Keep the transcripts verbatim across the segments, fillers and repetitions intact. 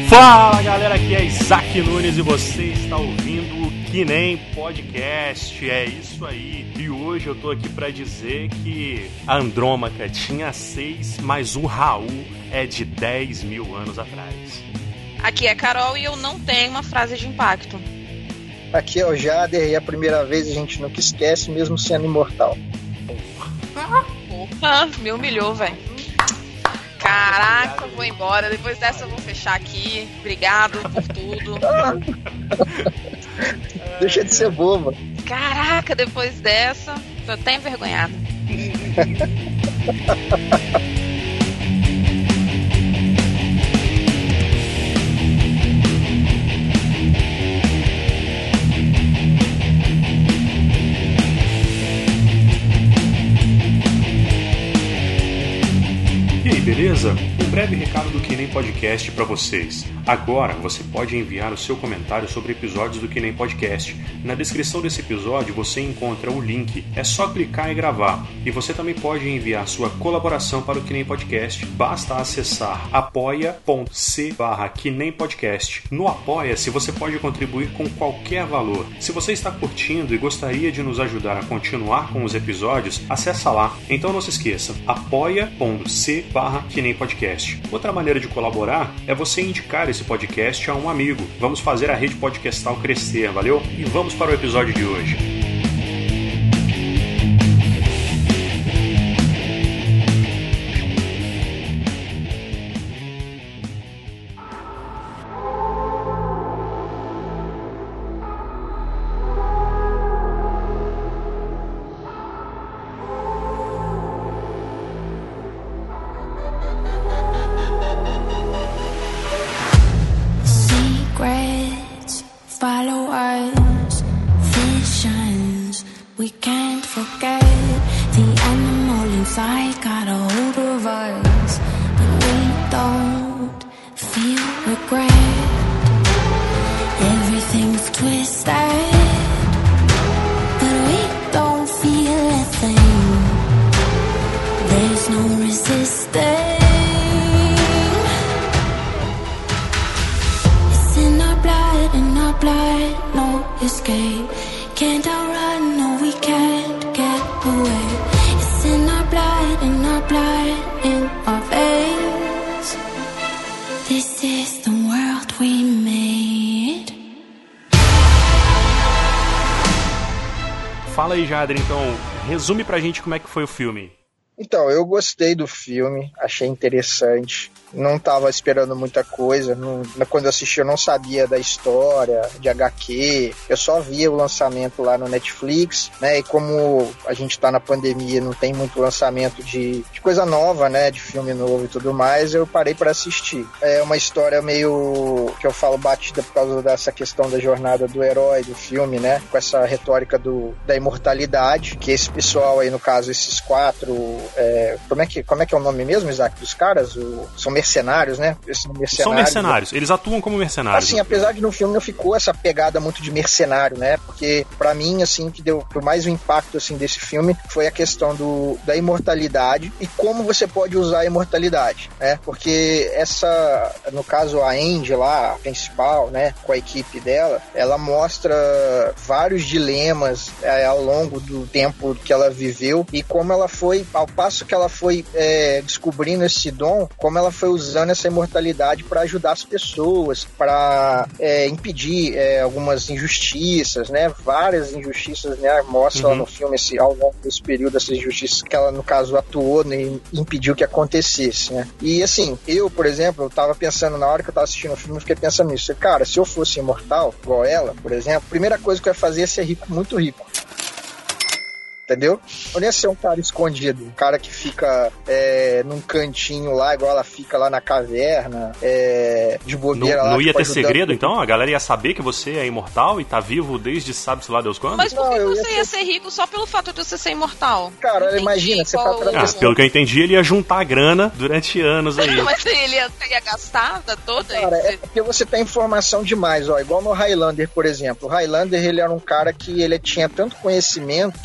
Fala galera, aqui é Isaac Nunes e você está ouvindo o Que Nem Podcast. É isso aí. E hoje eu tô aqui pra dizer que a Andrômaca tinha seis, mas o Raul é de dez mil anos atrás. Aqui é Carol e eu não tenho uma frase de impacto. Aqui é o Jader e a primeira vez a gente nunca esquece, mesmo sendo imortal. Opa, me humilhou, velho. Caraca, eu vou embora. Depois dessa eu vou fechar aqui. Obrigado por tudo. Deixa de ser boba. Caraca, depois dessa, tô até envergonhada. E aí, beleza? Um breve recado do Que Nem Podcast para vocês. Agora você pode enviar o seu comentário sobre episódios do Que Nem Podcast. Na descrição desse episódio você encontra o link. É só clicar e gravar. E você também pode enviar sua colaboração para o Que Nem Podcast. Basta acessar apoia.c barra Que Nem Podcast. No Apoia-se você pode contribuir com qualquer valor. Se você está curtindo e gostaria de nos ajudar a continuar com os episódios, acessa lá. Então não se esqueça, apoia.c barra Que Nem Podcast. Outra maneira de colaborar é você indicar esse podcast a um amigo. Vamos fazer a rede podcastal crescer, valeu? E vamos para o episódio de hoje. Fala aí, Jader, então, resume pra gente como é que foi o filme. Então, eu gostei do filme, achei interessante. Não estava esperando muita coisa. Não, quando eu assisti eu não sabia da história, de agá quê. Eu só via o lançamento lá no Netflix, né? E como a gente está na pandemia, não tem muito lançamento de, de coisa nova, né? De filme novo e tudo mais, eu parei para assistir. É uma história meio, que eu falo, batida por causa dessa questão da jornada do herói do filme, né? Com essa retórica do, da imortalidade, que esse pessoal aí, no caso, esses quatro... É, como, é que, como é que é o nome mesmo, Isaac, dos caras? O, são mercenários, né? São mercenários, são mercenários, eles atuam como mercenários. Assim, apesar de no filme não ficou essa pegada muito de mercenário, né? Porque pra mim, assim, que deu mais o impacto, assim, desse filme foi a questão do, da imortalidade e como você pode usar a imortalidade, né? Porque essa, no caso, a Andy lá, a principal, né? Com a equipe dela, ela mostra vários dilemas é, ao longo do tempo que ela viveu e como ela foi, ao passo que ela foi é, descobrindo esse dom, como ela foi usando essa imortalidade para ajudar as pessoas, para é, impedir é, algumas injustiças, né? Várias injustiças, né? Mostra uhum. lá no filme esse, ao longo desse período essas injustiças que ela, no caso, atuou, né? E impediu que acontecesse, né? E assim, eu, por exemplo, eu tava pensando, na hora que eu tava assistindo o filme, eu fiquei pensando nisso. Cara, se eu fosse imortal, igual ela, por exemplo, a primeira coisa que eu ia fazer é ser rico, muito rico. Entendeu? Eu não ia ser um cara escondido, um cara que fica é, num cantinho lá, igual ela fica lá na caverna, é, de bobeira não, lá. Não ia ter ajudando. segredo, então? A galera ia saber que você é imortal e tá vivo desde sabe-se lá Deus quando? Mas por que não, você ia ia ser... ser rico só pelo fato de você ser imortal? Cara, entendi, imagina, você qual... tá ah, pelo que eu entendi, ele ia juntar grana durante anos aí. Mas ele ia, ia gastar toda? Cara, você... é porque você tem informação demais, ó. Igual no Highlander, por exemplo. O Highlander, ele era um cara que ele tinha tanto conhecimento que ele foi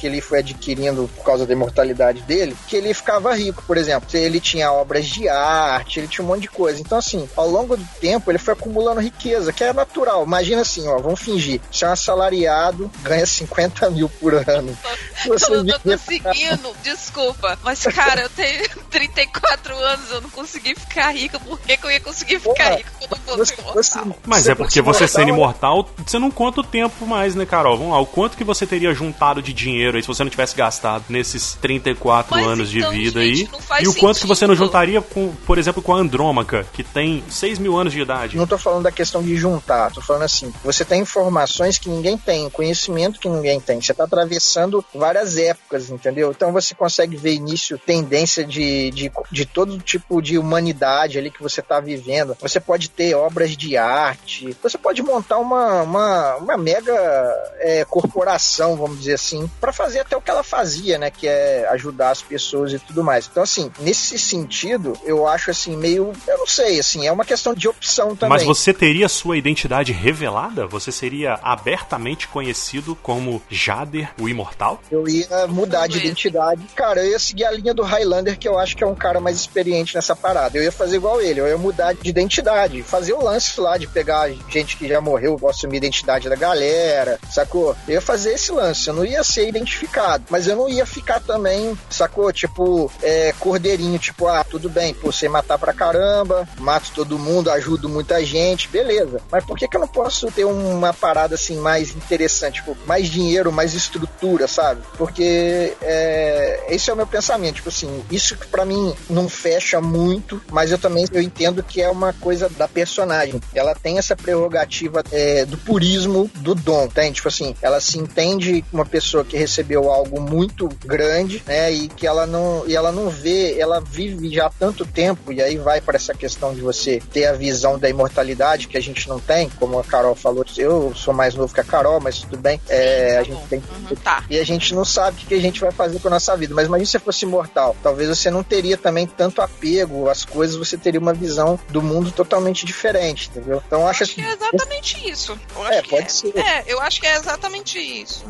adquirindo por causa da imortalidade dele, que ele ficava rico, por exemplo. Ele tinha obras de arte, ele tinha um monte de coisa. Então, assim, ao longo do tempo, ele foi acumulando riqueza, que é natural. Imagina assim, ó, vamos fingir, você é um assalariado, ganha cinquenta mil por ano. Você eu não tô conseguindo, desculpa, mas, cara, eu tenho trinta e quatro anos, eu não consegui ficar rica, por que que eu ia conseguir ficar Porra, rica quando eu fosse você, imortal? você, Mas você é porque você imortal, sendo imortal, você não conta o tempo mais, né, Carol? Vamos lá, o quanto que você teria juntado de dinheiro aí se você não tivesse gastado nesses trinta e quatro Mas anos então, de vida gente, aí? não faz E o quanto sentido. que você não juntaria, com, por exemplo, com a Andrômaca, que tem seis mil anos de idade? Não tô falando da questão de juntar, tô falando assim, você tem informações que ninguém tem, conhecimento que ninguém tem, você tá atravessando várias épocas, entendeu? Então você consegue ver início, tendência de, de, de todo tipo de humanidade ali que você tá vivendo, você pode ter obras de arte, você pode montar uma, uma, uma mega é, corporação, vamos dizer assim, para fazer até o que ela fazia, né, que é ajudar as pessoas e tudo mais. Então assim, nesse sentido, eu acho assim, meio, eu não sei, assim, é uma questão de opção também. Mas você teria sua identidade revelada? Você seria abertamente conhecido como Jader, o Imortal? Eu ia mudar de identidade. Cara, eu ia seguir a linha do Highlander, que eu acho que é um cara mais experiente nessa parada. Eu ia fazer igual ele, eu ia mudar de identidade, fazer o lance lá de pegar gente que já morreu, assumir a identidade da galera, sacou? Eu ia fazer esse lance, eu não ia ser identificado, mas eu não ia ficar também, sacou? Tipo, é, cordeirinho, tipo, ah, tudo bem, pô, você matar pra caramba, mato todo mundo, ajudo muita gente, beleza. Mas por que que eu não posso ter uma parada assim mais interessante, tipo, mais dinheiro, mais estrutura, sabe? Porque é, esse é o meu pensamento, tipo assim, isso que pra mim não fecha muito, mas eu também eu entendo que é uma coisa da personagem. Ela tem essa prerrogativa é, do purismo do dom, entende? Tipo assim, ela se entende uma pessoa que recebeu algo muito grande, né? E que ela não, e ela não vê, ela vive já há tanto tempo, e aí vai para essa questão de você ter a visão da imortalidade que a gente não tem, como a Carol falou, eu sou mais novo que a Carol, mas tudo bem, é, a gente tem uhum, tá. E a gente não sabe o que a gente vai fazer com a nossa vida, mas imagina se você fosse imortal, talvez você não teria também tanto apego às coisas, você teria uma visão do mundo totalmente diferente, entendeu? Então eu acho, acho assim, que é exatamente isso. Eu acho é, que pode é. ser. É, eu acho que é exatamente isso.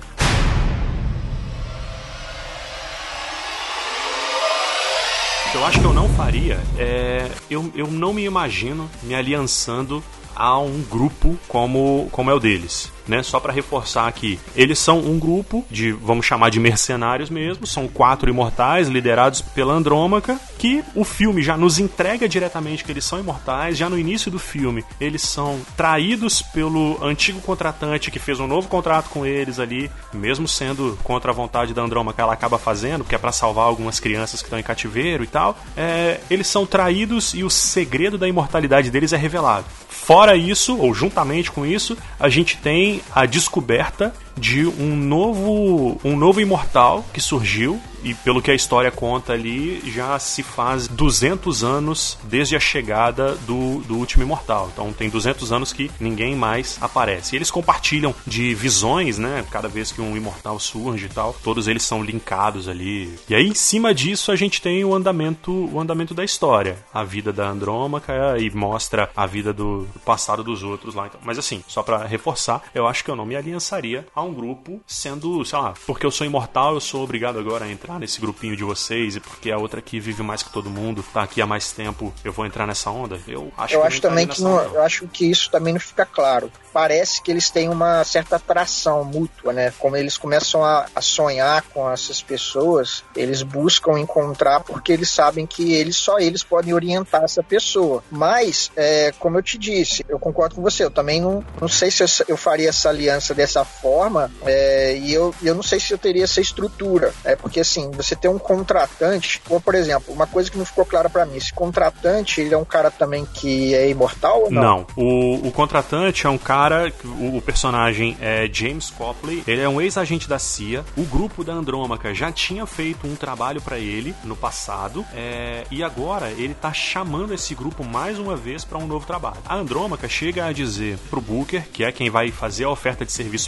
O que eu acho que eu não faria é... Eu, eu não me imagino me aliançando a um grupo como, como é o deles. Né? Só para reforçar aqui, eles são um grupo de, vamos chamar de mercenários mesmo, são quatro imortais liderados pela Andrômaca, que o filme já nos entrega diretamente que eles são imortais. Já no início do filme, eles são traídos pelo antigo contratante que fez um novo contrato com eles ali, mesmo sendo contra a vontade da Andrômaca, ela acaba fazendo, porque é para salvar algumas crianças que estão em cativeiro e tal. É, eles são traídos e o segredo da imortalidade deles é revelado. Fora isso, ou juntamente com isso, a gente tem a descoberta de um novo, um novo imortal que surgiu, e pelo que a história conta ali, já se faz duzentos anos desde a chegada do, do último imortal. Então tem duzentos anos que ninguém mais aparece. E eles compartilham de visões, né? Cada vez que um imortal surge e tal, todos eles são linkados ali. E aí, em cima disso, a gente tem o andamento, o andamento da história. A vida da Andrômaca e mostra a vida do, do passado dos outros lá. Então. Mas assim, só pra reforçar, eu acho que eu não me aliançaria a um grupo sendo, sei lá, porque eu sou imortal, eu sou obrigado agora a entrar nesse grupinho de vocês, e porque a outra aqui vive mais que todo mundo, tá aqui há mais tempo, eu vou entrar nessa onda. Eu acho eu que acho eu também que não, onda, eu acho que isso também não fica claro. Parece que eles têm uma certa atração mútua, né? Como eles começam a, a sonhar com essas pessoas, eles buscam encontrar porque eles sabem que eles só eles podem orientar essa pessoa. Mas, é, como eu te disse, eu concordo com você, eu também não, não sei se eu, eu faria essa aliança dessa forma, é, e eu, eu não sei se eu teria essa estrutura. É porque, assim, você tem um contratante, ou, por exemplo, uma coisa que não ficou clara pra mim, esse contratante, ele é um cara também que é imortal ou não? Não, o, o contratante é um cara, o, o personagem é James Copley, ele é um ex-agente da C I A, o grupo da Andrômaca já tinha feito um trabalho pra ele no passado, é, e agora ele tá chamando esse grupo mais uma vez pra um novo trabalho. A Andrômaca chega a dizer pro Booker, que é quem vai fazer a oferta de serviço pra ela em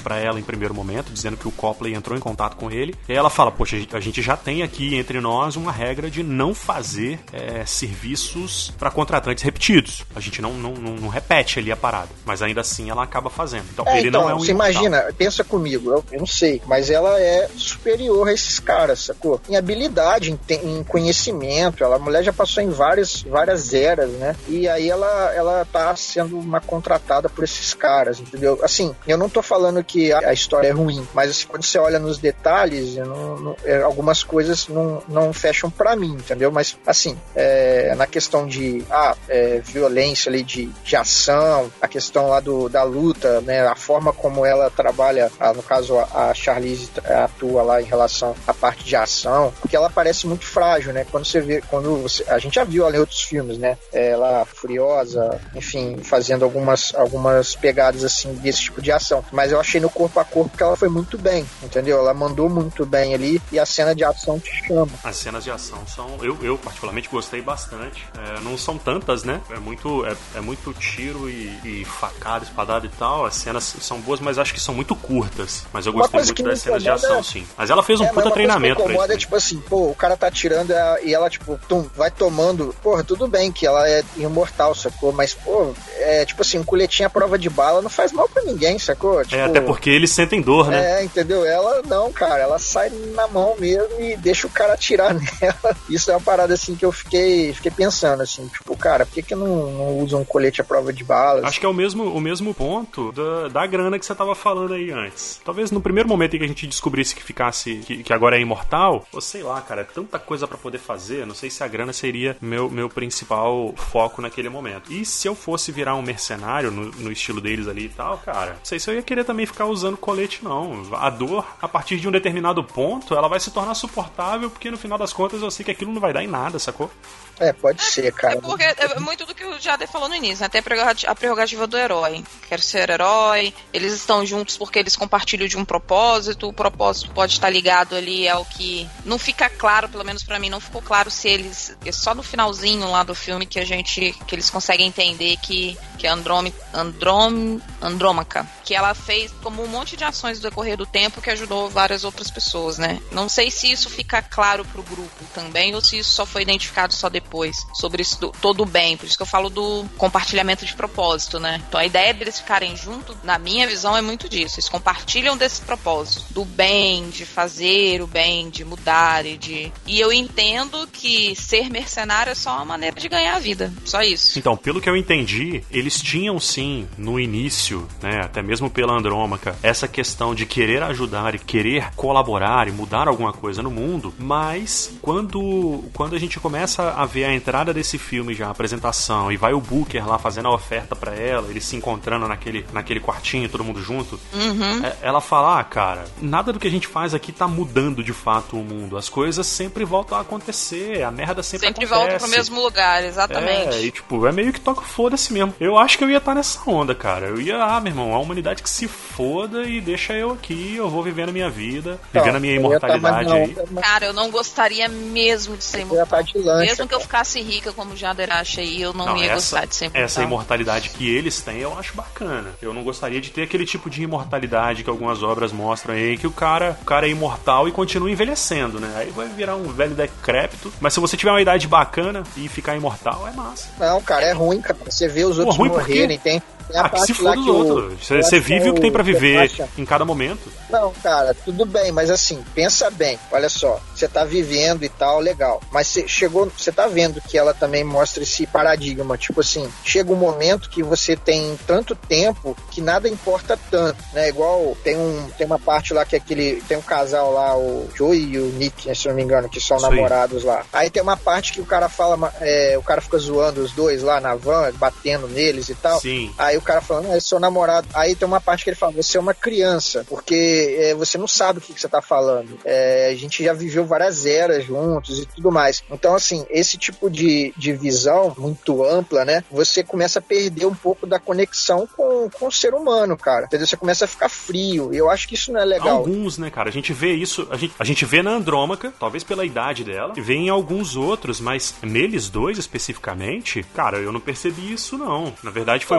primeiro momento, dizendo que o Copley entrou em contato com ele, e aí ela fala, poxa, a gente já tem aqui entre nós uma regra de não fazer é, serviços para contratantes repetidos. A gente não, não, não, não repete ali a parada, mas ainda assim ela acaba fazendo. Então, é, ele então, não é um você imortal. Imagina, pensa comigo, eu, eu não sei, mas ela é superior a esses caras, sacou? Em habilidade, em, te, em conhecimento, ela, a mulher já passou em várias, várias eras, né? E aí ela, ela tá sendo uma contratada por esses caras, entendeu? Assim, eu não tô falando que a, a história é ruim, mas assim, quando você olha nos detalhes, não, não, é, algumas coisas não, não fecham pra mim, entendeu? Mas, assim, é, na questão de ah, é, violência ali, de, de ação, a questão lá do, da luta, né? A forma como ela trabalha, ah, no caso a Charlize atua lá em relação à parte de ação, porque ela parece muito frágil, né? Quando você vê, quando você, a gente já viu ela em outros filmes, né? Ela furiosa, enfim, fazendo algumas, algumas pegadas assim desse tipo de ação, mas eu achei no corpo a corpo que ela foi muito bem, entendeu? Ela mandou muito bem ali e a cena de ação te chama. As cenas de ação são, eu, eu particularmente gostei bastante, é, não são tantas, né? É muito, é, é muito tiro e, e facada, espadada e tal, as cenas são boas, mas acho que são muito curtas, mas eu gostei muito das cenas de ação, é... sim. Mas ela fez um é, puta treinamento pra isso. É tipo assim, pô, o cara tá atirando e ela, tipo, tum, vai tomando, porra, tudo bem que ela é imortal, sacou? Mas, pô, é tipo assim, um coletinho à prova de bala não faz mal pra ninguém, sacou? Tipo, é, até porque eles sentem dor, né? É, entendeu? Ela não, cara, ela sai na mão mesmo e deixa o cara atirar nela. Isso é uma parada assim que eu fiquei, fiquei pensando, assim, tipo, cara, por que que não, não usa um colete à prova de balas? Acho que é o mesmo, o mesmo ponto da, da grana que você tava falando aí antes. Talvez no primeiro momento em que a gente descobrisse que ficasse, que, que agora é imortal, ou sei lá, cara, é tanta coisa pra poder fazer, não sei se a grana seria meu, meu principal foco naquele momento. E se eu fosse virar um mercenário no, no estilo deles ali e tal, cara, não sei se eu ia querer também ficar usando colete, não. A dor, a partir de um determinado ponto, ela vai se tornar suportável, porque no final das contas eu sei que aquilo não vai dar em nada, sacou? É, pode ser, cara. É porque é muito do que o Jade falou no início, né? Tem a prerrogativa do herói. Quero ser herói, eles estão juntos porque eles compartilham de um propósito, o propósito pode estar ligado ali ao que não fica claro, pelo menos pra mim, não ficou claro se eles, é só no finalzinho lá do filme que a gente, que eles conseguem entender que, que a Androm, Androm, Andrômaca, que ela fez como um monte de ações do decorrer do tempo que ajudou várias outras pessoas, né? Não sei se isso fica claro pro grupo também, ou se isso só foi identificado só depois, sobre isso do, todo o bem, por isso que eu falo do compartilhamento de propósito, né? Então a ideia deles ficarem juntos, na minha visão, é muito disso, eles compartilham desse propósito, do bem, de fazer o bem, de mudar e de... E eu entendo que ser mercenário é só uma maneira de ganhar a vida, só isso. Então, pelo que eu entendi, eles tinham sim, no início, né, até mesmo pela Andrômaca, essa questão de querer ajudar e querer colaborar e mudar alguma coisa no mundo, mas quando, quando a gente começa a ver a entrada desse filme já, a apresentação, e vai o Booker lá fazendo a oferta pra ela, eles se encontrando naquele, naquele quartinho, todo mundo junto, uhum. é, ela fala, ah, cara, nada do que a gente faz aqui tá mudando de fato o mundo, as coisas sempre voltam a acontecer, a merda sempre, sempre acontece. Sempre volta pro mesmo lugar, exatamente. É, e tipo, é meio que toca foda-se mesmo. Eu acho que eu ia estar nessa onda, cara, eu ia, ah, meu irmão, a humanidade que se foda e deixa eu aqui, eu vou vivendo a minha vida, então, vivendo a minha imortalidade aí. Cara, eu não gostaria mesmo de ser imortal. Mesmo que eu ficasse rica como o Jader acha aí, eu não, não ia essa, gostar de ser imortal. Essa imortalidade que eles têm, eu acho bacana. Eu não gostaria de ter aquele tipo de imortalidade que algumas obras mostram aí, que o cara, o cara é imortal e continua envelhecendo, né? Aí vai virar um velho decrépito. Mas se você tiver uma idade bacana e ficar imortal, é massa. Não, cara, é ruim, cara. Você vê os outros Pô, ruim morrerem, tem... Ah, que se foda os outros. Você, você vive o que tem pra viver em cada momento. Não, cara, tudo bem, mas assim, pensa bem. Olha só, você tá vivendo e tal, legal. Mas você chegou, você tá vendo que ela também mostra esse paradigma. Tipo assim, chega um momento que você tem tanto tempo que nada importa tanto, né? Igual tem, um, tem uma parte lá que é aquele... Tem um casal lá, o Joey e o Nick, se não me engano, que são Sim. namorados lá. Aí tem uma parte que o cara fala... É, o cara fica zoando os dois lá na van, batendo neles e tal. Sim. Aí o cara falando, ah, esse é seu namorado. Aí tem uma parte que ele fala, você é uma criança, porque é, você não sabe o que, que você tá falando. É, a gente já viveu várias eras juntos e tudo mais. Então, assim, esse tipo de, de visão muito ampla, né? Você começa a perder um pouco da conexão com, com o ser humano, cara. Entendeu? Você começa a ficar frio. E eu acho que isso não é legal. Alguns, né, cara? A gente vê isso, a gente, a gente vê na Andrômaca, talvez pela idade dela, e vê em alguns outros, mas neles dois especificamente, cara, eu não percebi isso, não. Na verdade, foi não, muito mas eles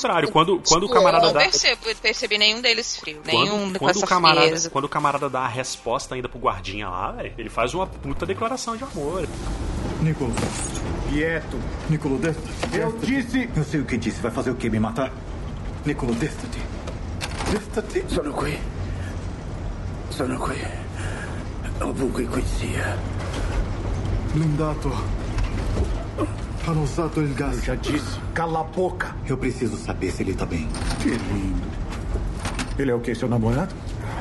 contrário, quando, quando o camarada eu dá... Eu percebo, percebi nenhum deles frio, quando, nenhum quando com essa o camarada, frieza. Quando o camarada dá a resposta ainda pro guardinha lá, véio, ele faz uma puta declaração de amor. Nicolo. Quieto. Nicolo, desça-te. Eu disse... Eu sei o que disse. Vai fazer o quê? Me matar? Nicolo, desça-te. Desça-te. Sono qui. Sono qui. Ovunque qui sia. Blindato. Hanno usato il gas. Eu já disse. Cala a boca. Eu preciso saber se ele tá bem. Que lindo. Ele é o quê? Seu namorado?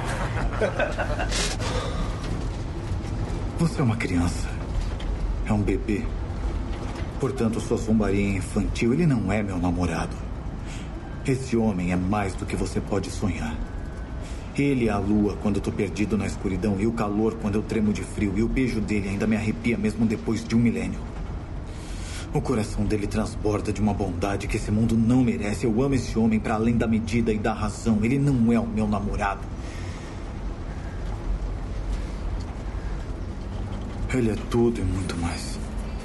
Você é uma criança. É um bebê. Portanto, sua zombaria é infantil. Ele não é meu namorado. Esse homem é mais do que você pode sonhar. Ele é a lua quando eu tô perdido na escuridão, e o calor quando eu tremo de frio, e o beijo dele ainda me arrepia mesmo depois de um milênio. O coração dele transborda de uma bondade que esse mundo não merece. Eu amo esse homem para além da medida e da razão. Ele não é o meu namorado. Ele é tudo e muito mais.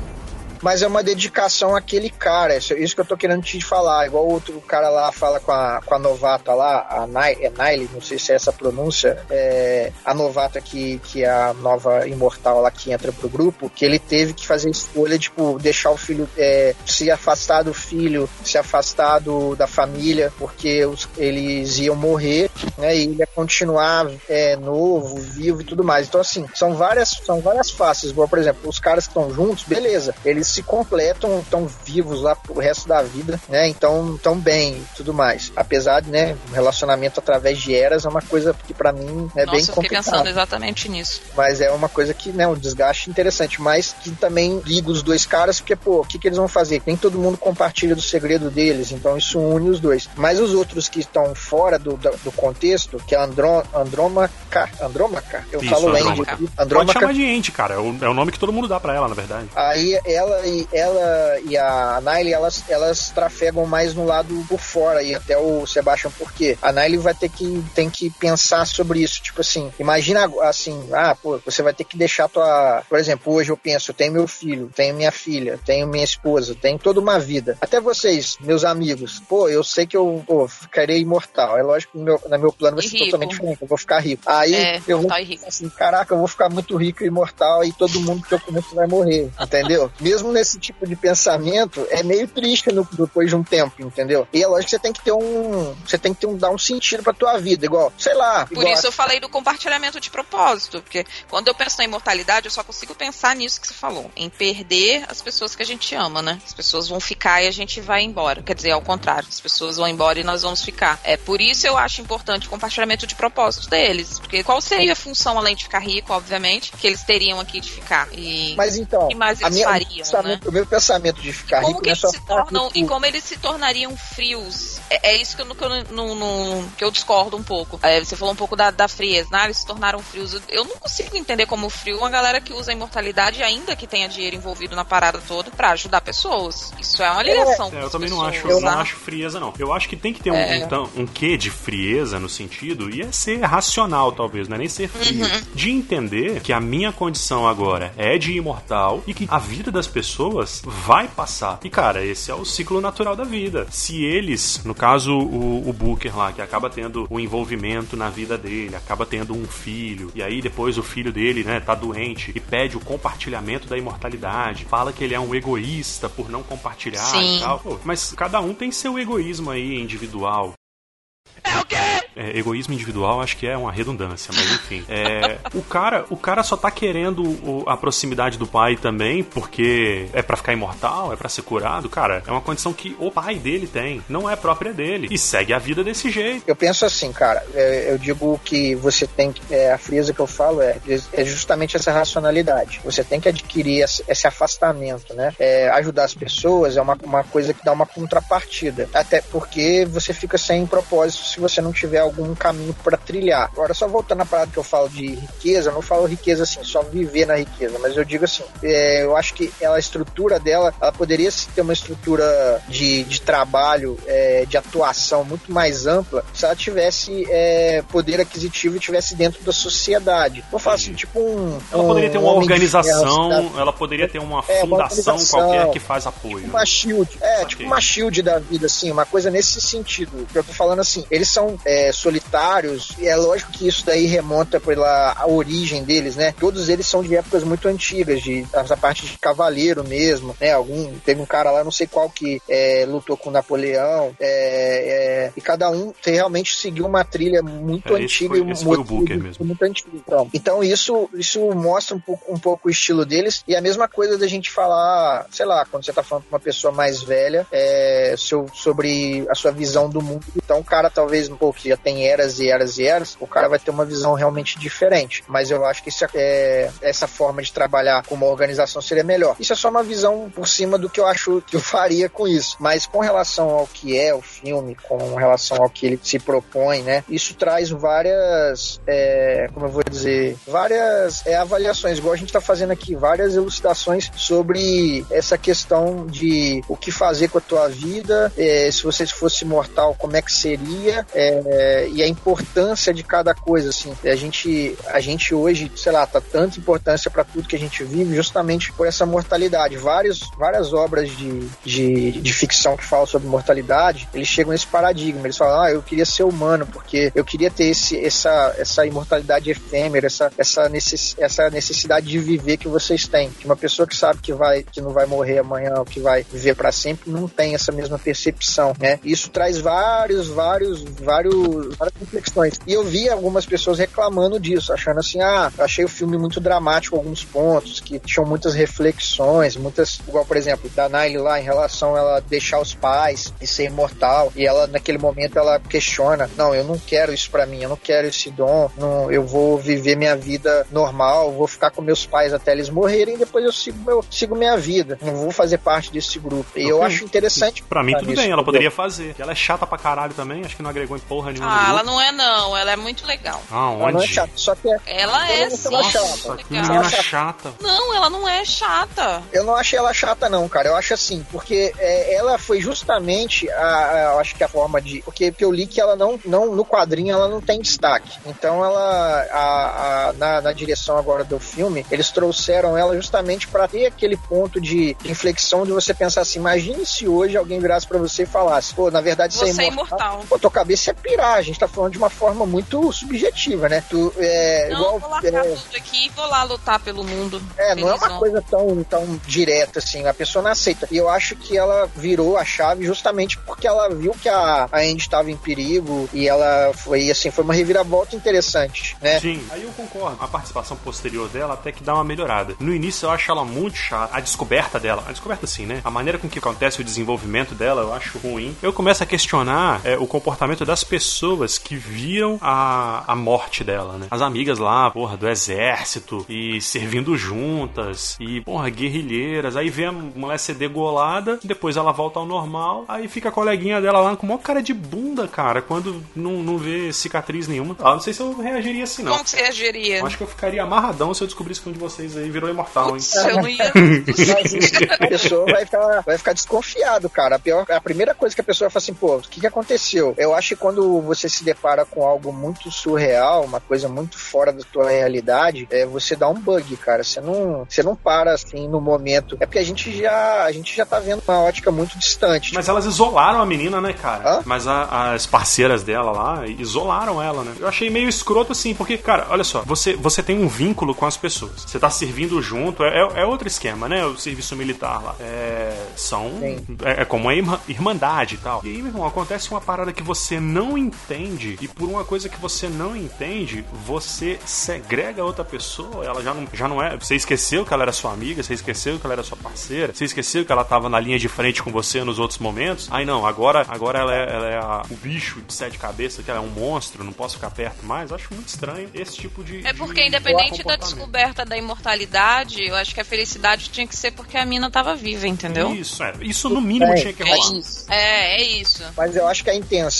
Mas é uma dedicação àquele cara, isso, isso que eu tô querendo te falar. Igual o outro cara lá fala com a, com a novata lá, a Nile, é Nile, não sei se é essa a pronúncia, é, a novata que, que é a nova imortal lá que entra pro grupo, que ele teve que fazer escolha, tipo, deixar o filho, é, se afastar do filho, se afastar do, da família, porque os, eles iam morrer, né, e ele ia continuar é, novo, vivo e tudo mais. Então, assim, são várias, são várias faces. Igual, por exemplo, os caras que estão juntos, beleza, eles se completam, estão vivos lá pro resto da vida, né? Então, tão bem e tudo mais. Apesar de, né, um relacionamento através de eras é uma coisa que pra mim é Nossa, bem eu fiquei complicado. pensando exatamente nisso. Mas é uma coisa que, né, um desgaste interessante, mas que também liga os dois caras, porque, pô, o que, que eles vão fazer? Nem todo mundo compartilha do segredo deles, então isso une os dois. Mas os outros que estão fora do, do, do contexto, que é Andro, Andrômaca, Andrômaca, eu Isso, falo Andrômaca. Andy, Pode Andrômaca. chamar de Ente, cara, é o, é o nome que todo mundo dá pra ela, na verdade. Aí ela e, ela e a Nile, elas, elas trafegam mais no lado por fora, e até o Sebastian, por quê? A Nile vai ter que, tem que pensar sobre isso, tipo assim, imagina assim, ah, pô, você vai ter que deixar tua, por exemplo, hoje eu penso, eu tenho meu filho, tenho minha filha, tenho minha esposa, tenho toda uma vida, até vocês, meus amigos, pô, eu sei que eu pô, ficarei imortal, é lógico que no meu, no meu plano vai E ser rico. totalmente diferente, eu vou ficar rico, aí É, eu vou mortal e rico. assim, caraca, eu vou ficar muito rico e imortal e todo mundo que eu conheço vai morrer, entendeu? Mesmo nesse tipo de pensamento, é meio triste no, depois de um tempo, entendeu? E é lógico que você tem que ter um, você tem que ter um, dar um sentido pra tua vida, igual, sei lá. Por igual isso a... eu falei do compartilhamento de propósito, porque quando eu penso na imortalidade, eu só consigo pensar nisso que você falou, em perder as pessoas que a gente ama, né? As pessoas vão ficar e a gente vai embora. Quer dizer, ao contrário, as pessoas vão embora e nós vamos ficar. É por isso eu acho importante o compartilhamento de propósitos deles, porque qual seria a função, além de ficar rico, obviamente, que eles teriam aqui de ficar? E Mas então, o que mais a eles minha, fariam, o, né? o meu pensamento de ficar Como rico que não é eles só se ficar tornam, rico. e como eles se tornariam frios? É, é isso que eu, que, eu, não, não, que eu discordo um pouco. É, você falou um pouco da, da frieza, né? Eles se tornaram frios. Eu, eu não consigo entender como frio uma galera que usa a imortalidade, ainda que tenha dinheiro envolvido na parada toda, pra ajudar pessoas. Isso é uma ligação. É, eu também não pessoas, acho, eu não acho frieza, não. Eu acho que tem que ter um, É. então, um quê de frieza no sentido, e é ser racional, talvez, não é nem ser frio. Uhum. De entender que a minha condição agora é de imortal e que a vida das pessoas vai passar. E, cara, esse é o ciclo natural da vida. Se eles, no caso, o, o Booker lá, que acaba tendo um envolvimento na vida dele, acaba tendo um filho, e aí depois o filho dele, né, tá doente e pede o compartilhamento da imortalidade, fala que ele é um egoísta por não compartilhar Sim. e tal. Pô, mas cada um tem seu egoísmo aí individual. É o quê? É, egoísmo individual acho que é uma redundância, mas enfim. É, o, cara, o cara só tá querendo o, a proximidade do pai também porque é pra ficar imortal, é pra ser curado. Cara, é uma condição que o pai dele tem, não é própria dele. E segue a vida desse jeito. Eu penso assim, cara, é, eu digo que você tem que, é, a frieza que eu falo é, é justamente essa racionalidade. Você tem que adquirir esse, esse afastamento, né? É, ajudar as pessoas é uma, uma coisa que dá uma contrapartida. Até porque você fica sem propósito, se você não tiver algum caminho para trilhar. Agora, só voltando à parada que eu falo de riqueza, eu não falo riqueza assim, só viver na riqueza, mas eu digo assim, é, eu acho que ela, a estrutura dela, ela poderia ter uma estrutura de, de trabalho, é, de atuação muito mais ampla, se ela tivesse é, poder aquisitivo e tivesse dentro da sociedade. Vou falar assim, tipo um... Ela um poderia ter uma organização, ferro, ela poderia ter uma é, fundação uma qualquer que faz apoio. Tipo uma shield, é, okay. tipo uma shield da vida, assim, uma coisa nesse sentido. Que eu tô falando assim, eles são é, solitários, e é lógico que isso daí remonta pela a origem deles, né? Todos eles são de épocas muito antigas, de essa parte de cavaleiro mesmo, né? Algum, teve um cara lá, não sei qual, que é, lutou com Napoleão, é, é, e cada um realmente seguiu uma trilha muito é, antiga foi, e um esse foi o Booker mesmo. Muito antigo. Então, então isso, isso mostra um pouco, um pouco o estilo deles, e a mesma coisa da gente falar, sei lá, quando você tá falando com uma pessoa mais velha, é, seu, sobre a sua visão do mundo. Então o cara talvez um pouco já tem eras e eras e eras, o cara vai ter uma visão realmente diferente, mas eu acho que isso é, essa forma de trabalhar com uma organização seria melhor. Isso é só uma visão por cima do que eu acho que eu faria com isso, mas com relação ao que é o filme, com relação ao que ele se propõe, né, isso traz várias, é, como eu vou dizer, várias é, avaliações, igual a gente tá fazendo aqui, várias elucidações sobre essa questão de o que fazer com a tua vida, é, se você fosse imortal, como é que seria, é, e a importância de cada coisa, assim. A gente, a gente hoje, sei lá, tá tanta importância para tudo que a gente vive justamente por essa mortalidade. Vários, várias obras de, de, de ficção que falam sobre mortalidade, eles chegam nesse paradigma, eles falam, ah, eu queria ser humano, porque eu queria ter esse, essa, essa imortalidade efêmera, essa, essa, necess, essa necessidade de viver que vocês têm. Que uma pessoa que sabe que, vai, que não vai morrer amanhã, ou que vai viver para sempre, não tem essa mesma percepção, né? Isso traz vários, vários, vários, várias reflexões. E eu vi algumas pessoas reclamando disso, achando assim, ah, eu achei o filme muito dramático em alguns pontos, que tinham muitas reflexões, muitas, igual, por exemplo, da Nile lá, em relação a ela deixar os pais e ser imortal, e ela, naquele momento, ela questiona, não, eu não quero isso pra mim, eu não quero esse dom, não, eu vou viver minha vida normal, vou ficar com meus pais até eles morrerem, e depois eu sigo, meu, sigo minha vida, não vou fazer parte desse grupo. E eu, eu acho interessante. Pra mim, tudo bem, ela poderia fazer. Ela é chata pra caralho também, acho que não agregou em porra nenhuma. Ah, ela não é não, ela é muito legal. Ah, onde? Ela não é chata, só que é... Ela é sim. Nossa, que menina chata. Não, ela não é chata. Eu não achei ela chata não, cara, eu acho assim, porque é, ela foi justamente a, a, eu acho que a forma de, porque, porque eu li que ela não, não, no quadrinho ela não tem destaque, então ela, a, a, na, na direção agora do filme, eles trouxeram ela justamente pra ter aquele ponto de inflexão de você pensar assim, imagine se hoje alguém virasse pra você e falasse, pô, na verdade você, você é imortal. imortal. Pô, tua cabeça é pirar, a gente tá falando de uma forma muito subjetiva, né? Tu, é, não, igual, vou largar é, tudo aqui e vou lá lutar pelo mundo. É, não é uma coisa tão, tão direta assim, a pessoa não aceita. E eu acho que ela virou a chave justamente porque ela viu que a, a Andy estava em perigo e ela foi, assim, foi uma reviravolta interessante, né? Sim, aí eu concordo. A participação posterior dela até que dá uma melhorada. No início eu acho ela muito chata. A descoberta dela, a descoberta sim, né? A maneira com que acontece o desenvolvimento dela eu acho ruim. Eu começo a questionar é, o comportamento das pessoas que viram a, a morte dela, né? As amigas lá, porra, do exército e servindo juntas e, porra, guerrilheiras. Aí vê a mulher ser degolada, depois ela volta ao normal, aí fica a coleguinha dela lá com o maior cara de bunda, cara, quando não, não vê cicatriz nenhuma. Ah, não sei se eu reagiria assim, não. Como que você reagiria? Eu acho que eu ficaria amarradão se eu descobrisse que um de vocês aí virou imortal, hein? Eu não ia... A pessoa vai ficar, vai ficar desconfiado, cara. A, pior, a primeira coisa que a pessoa fala assim, pô, o que, que aconteceu? Eu acho que quando você se depara com algo muito surreal, uma coisa muito fora da tua realidade, é, você dá um bug, cara. Você não, você não para assim no momento. É porque a gente já, a gente já tá vendo uma ótica muito distante. Mas elas isolaram a menina, né, cara? Hã? Mas a, as parceiras dela lá isolaram ela, né? Eu achei meio escroto assim, porque, cara, olha só, você, você tem um vínculo com as pessoas. Você tá servindo junto, é, é outro esquema, né? O serviço militar lá. É, são... É, é como a irma, irmandade e tal. E aí, meu irmão, acontece uma parada que você não entende, e por uma coisa que você não entende, você segrega outra pessoa, ela já não, já não é... Você esqueceu que ela era sua amiga, você esqueceu que ela era sua parceira, você esqueceu que ela tava na linha de frente com você nos outros momentos. Aí não, agora, agora ela é, ela é a, o bicho de sete cabeças, que ela é um monstro, não posso ficar perto mais. Eu acho muito estranho esse tipo de... É porque de independente da descoberta da imortalidade, eu acho que a felicidade tinha que ser porque a mina tava viva, entendeu? Isso, é. Isso no mínimo é, tinha que rolar. É isso. É, é isso. Mas eu acho que a intenção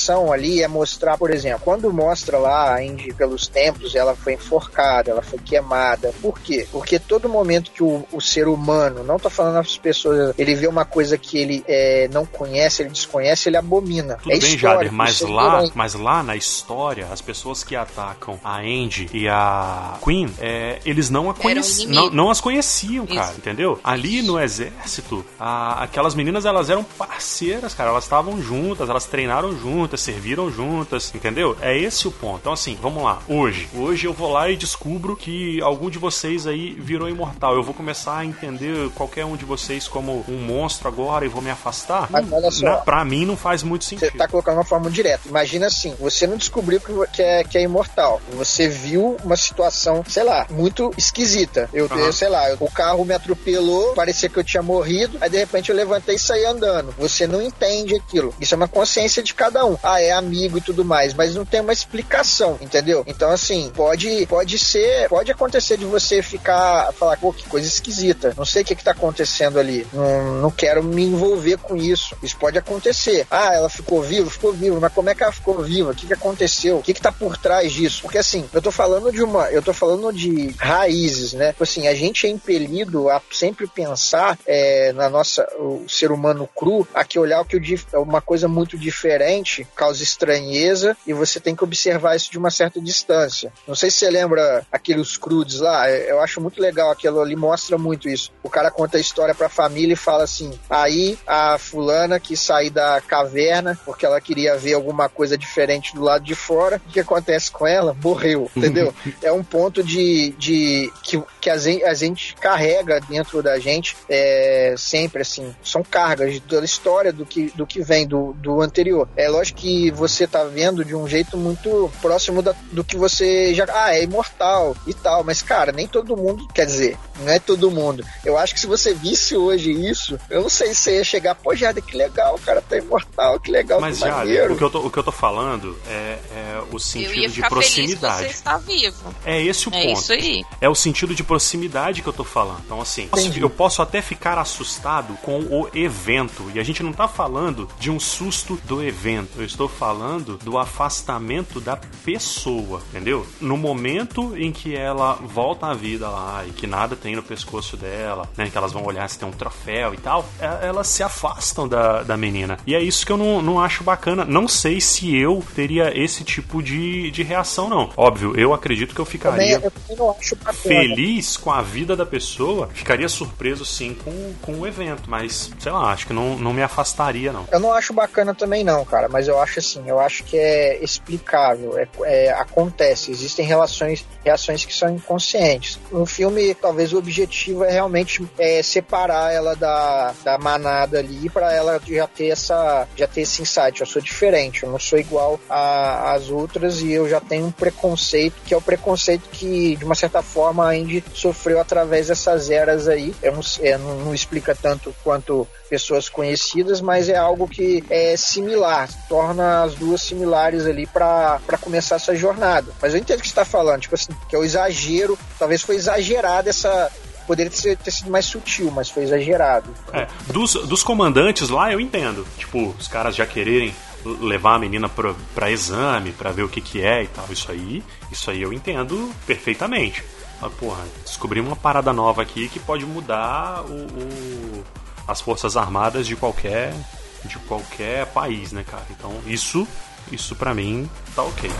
intenção ali é mostrar, por exemplo, quando mostra lá a Angie pelos templos, ela foi enforcada, ela foi queimada. Por quê? Porque todo momento que o, o ser humano, não tô falando as pessoas, ele vê uma coisa que ele é, não conhece, ele desconhece, ele abomina. Tudo é bem, história, Jader, mas lá, aí. mas lá na história, as pessoas que atacam a Angie e a Queen, é, eles não, a conheci, não, não as conheciam, cara, Isso. entendeu? Ali no exército, a, aquelas meninas, elas eram parceiras, cara, elas estavam juntas, elas treinaram juntas, serviram juntas, entendeu? É esse o ponto. Então assim, vamos lá, hoje, hoje eu vou lá e descubro que algum de vocês aí virou imortal, eu vou começar a entender qualquer um de vocês como um monstro agora e vou me afastar? Mas olha só, na, pra mim não faz muito sentido. Você tá colocando uma forma direta. Imagina assim, você não descobriu que é, que é imortal, você viu uma situação, sei lá, muito esquisita. Eu, uhum. eu sei lá, o carro me atropelou, parecia que eu tinha morrido, aí de repente eu levantei e saí andando. Você não entende aquilo. Isso é uma consciência de cada um. Ah, é amigo e tudo mais, mas não tem uma explicação, entendeu? Então assim, pode, pode ser, pode acontecer de você ficar, falar, pô, que coisa esquisita, não sei o que que tá acontecendo ali, não, não quero me envolver com isso. Isso pode acontecer. Ah, ela ficou viva? Ficou viva, mas como é que ela ficou viva? O que que aconteceu? O que que tá por trás disso? Porque assim, eu tô falando de uma, eu tô falando de raízes, né? Assim, a gente é impelido a sempre pensar é, na nossa, o ser humano cru, a que olhar o que o, uma coisa muito diferente causa estranheza e você tem que observar isso de uma certa distância. Não sei se você lembra aqueles crudes lá, eu acho muito legal aquilo ali, mostra muito isso. O cara conta a história pra família e fala assim, aí a fulana quis sair da caverna porque ela queria ver alguma coisa diferente do lado de fora, o que acontece com ela? Morreu, entendeu? É um ponto de, de que, que a, gente, a gente carrega dentro da gente é, sempre, assim, são cargas da história do que, do que vem do, do anterior. É lógico que você tá vendo de um jeito muito próximo da, do que você já, ah, é imortal e tal, mas cara, nem todo mundo, quer dizer, não é todo mundo. Eu acho que se você visse hoje isso, eu não sei se você ia chegar, pô, Jada, que legal, o cara tá imortal, que legal, mas, que Jada, maneiro. O que eu tô, o que eu tô falando é, é o sentido de proximidade. Você está vivo. É esse o é ponto. Isso aí. É o sentido de proximidade que eu tô falando. Então, assim, Entendi. eu posso até ficar assustado com o evento. E a gente não tá falando de um susto do evento. Eu estou falando do afastamento da pessoa, entendeu? No momento em que ela volta à vida lá e que nada tem no pescoço dela, né? Que elas vão olhar se tem um troféu e tal, elas se afastam da, da menina. E é isso que eu não, não acho bacana. Não sei se eu teria esse tipo de, de reação, não. Óbvio, eu acredito que eu ficaria eu não acho feliz com a vida da pessoa, ficaria surpreso sim com, com o evento, mas sei lá, acho que não, não me afastaria, não. Eu não acho bacana também não, cara, mas eu acho assim, eu acho que é explicável, é, é, acontece, existem relações, reações que são inconscientes. No filme, talvez o objetivo é realmente é, separar ela da, da manada ali, pra ela já ter essa, já ter esse insight, eu sou diferente, eu não sou igual às outras e eu já tenho um preconceito, que é o preconceito que, de uma certa forma, a Angie sofreu através dessas eras aí. Eu não, é, não, não explica tanto quanto pessoas conhecidas, mas é algo que é similar, torna as duas similares ali para começar essa jornada. Mas eu entendo o que você está falando, tipo assim, que é o exagero, talvez foi exagerado essa... Poderia ter, ter sido mais sutil, mas foi exagerado. É, dos, dos comandantes lá eu entendo. Tipo, os caras já quererem levar a menina pra, pra exame, pra ver o que que é e tal. Isso aí, isso aí eu entendo perfeitamente. Mas, porra, descobri uma parada nova aqui que pode mudar o, o, as forças armadas de qualquer, de qualquer país, né, cara? Então, isso, isso pra mim tá ok.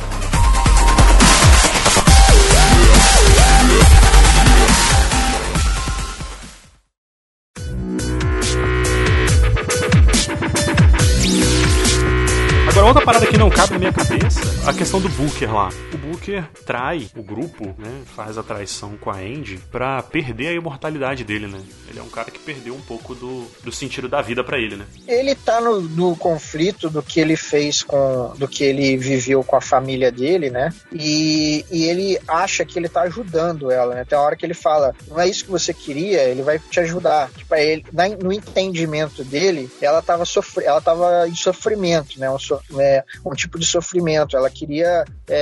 Agora, outra parada que não cabe na minha cabeça, a questão do Booker lá. O Booker trai o grupo, né, faz a traição com a Angie pra perder a imortalidade dele, né? Ele é um cara que perdeu um pouco do, do sentido da vida pra ele, né? Ele tá no, no conflito do que ele fez com... do que ele viveu com a família dele, né? E, e ele acha que ele tá ajudando ela, né? Tem uma hora que ele fala, não é isso que você queria, ele vai te ajudar. Tipo, ele, no entendimento dele, ela tava, sofre, ela tava em sofrimento, né? Um, so, é, um tipo de sofrimento. Ela queria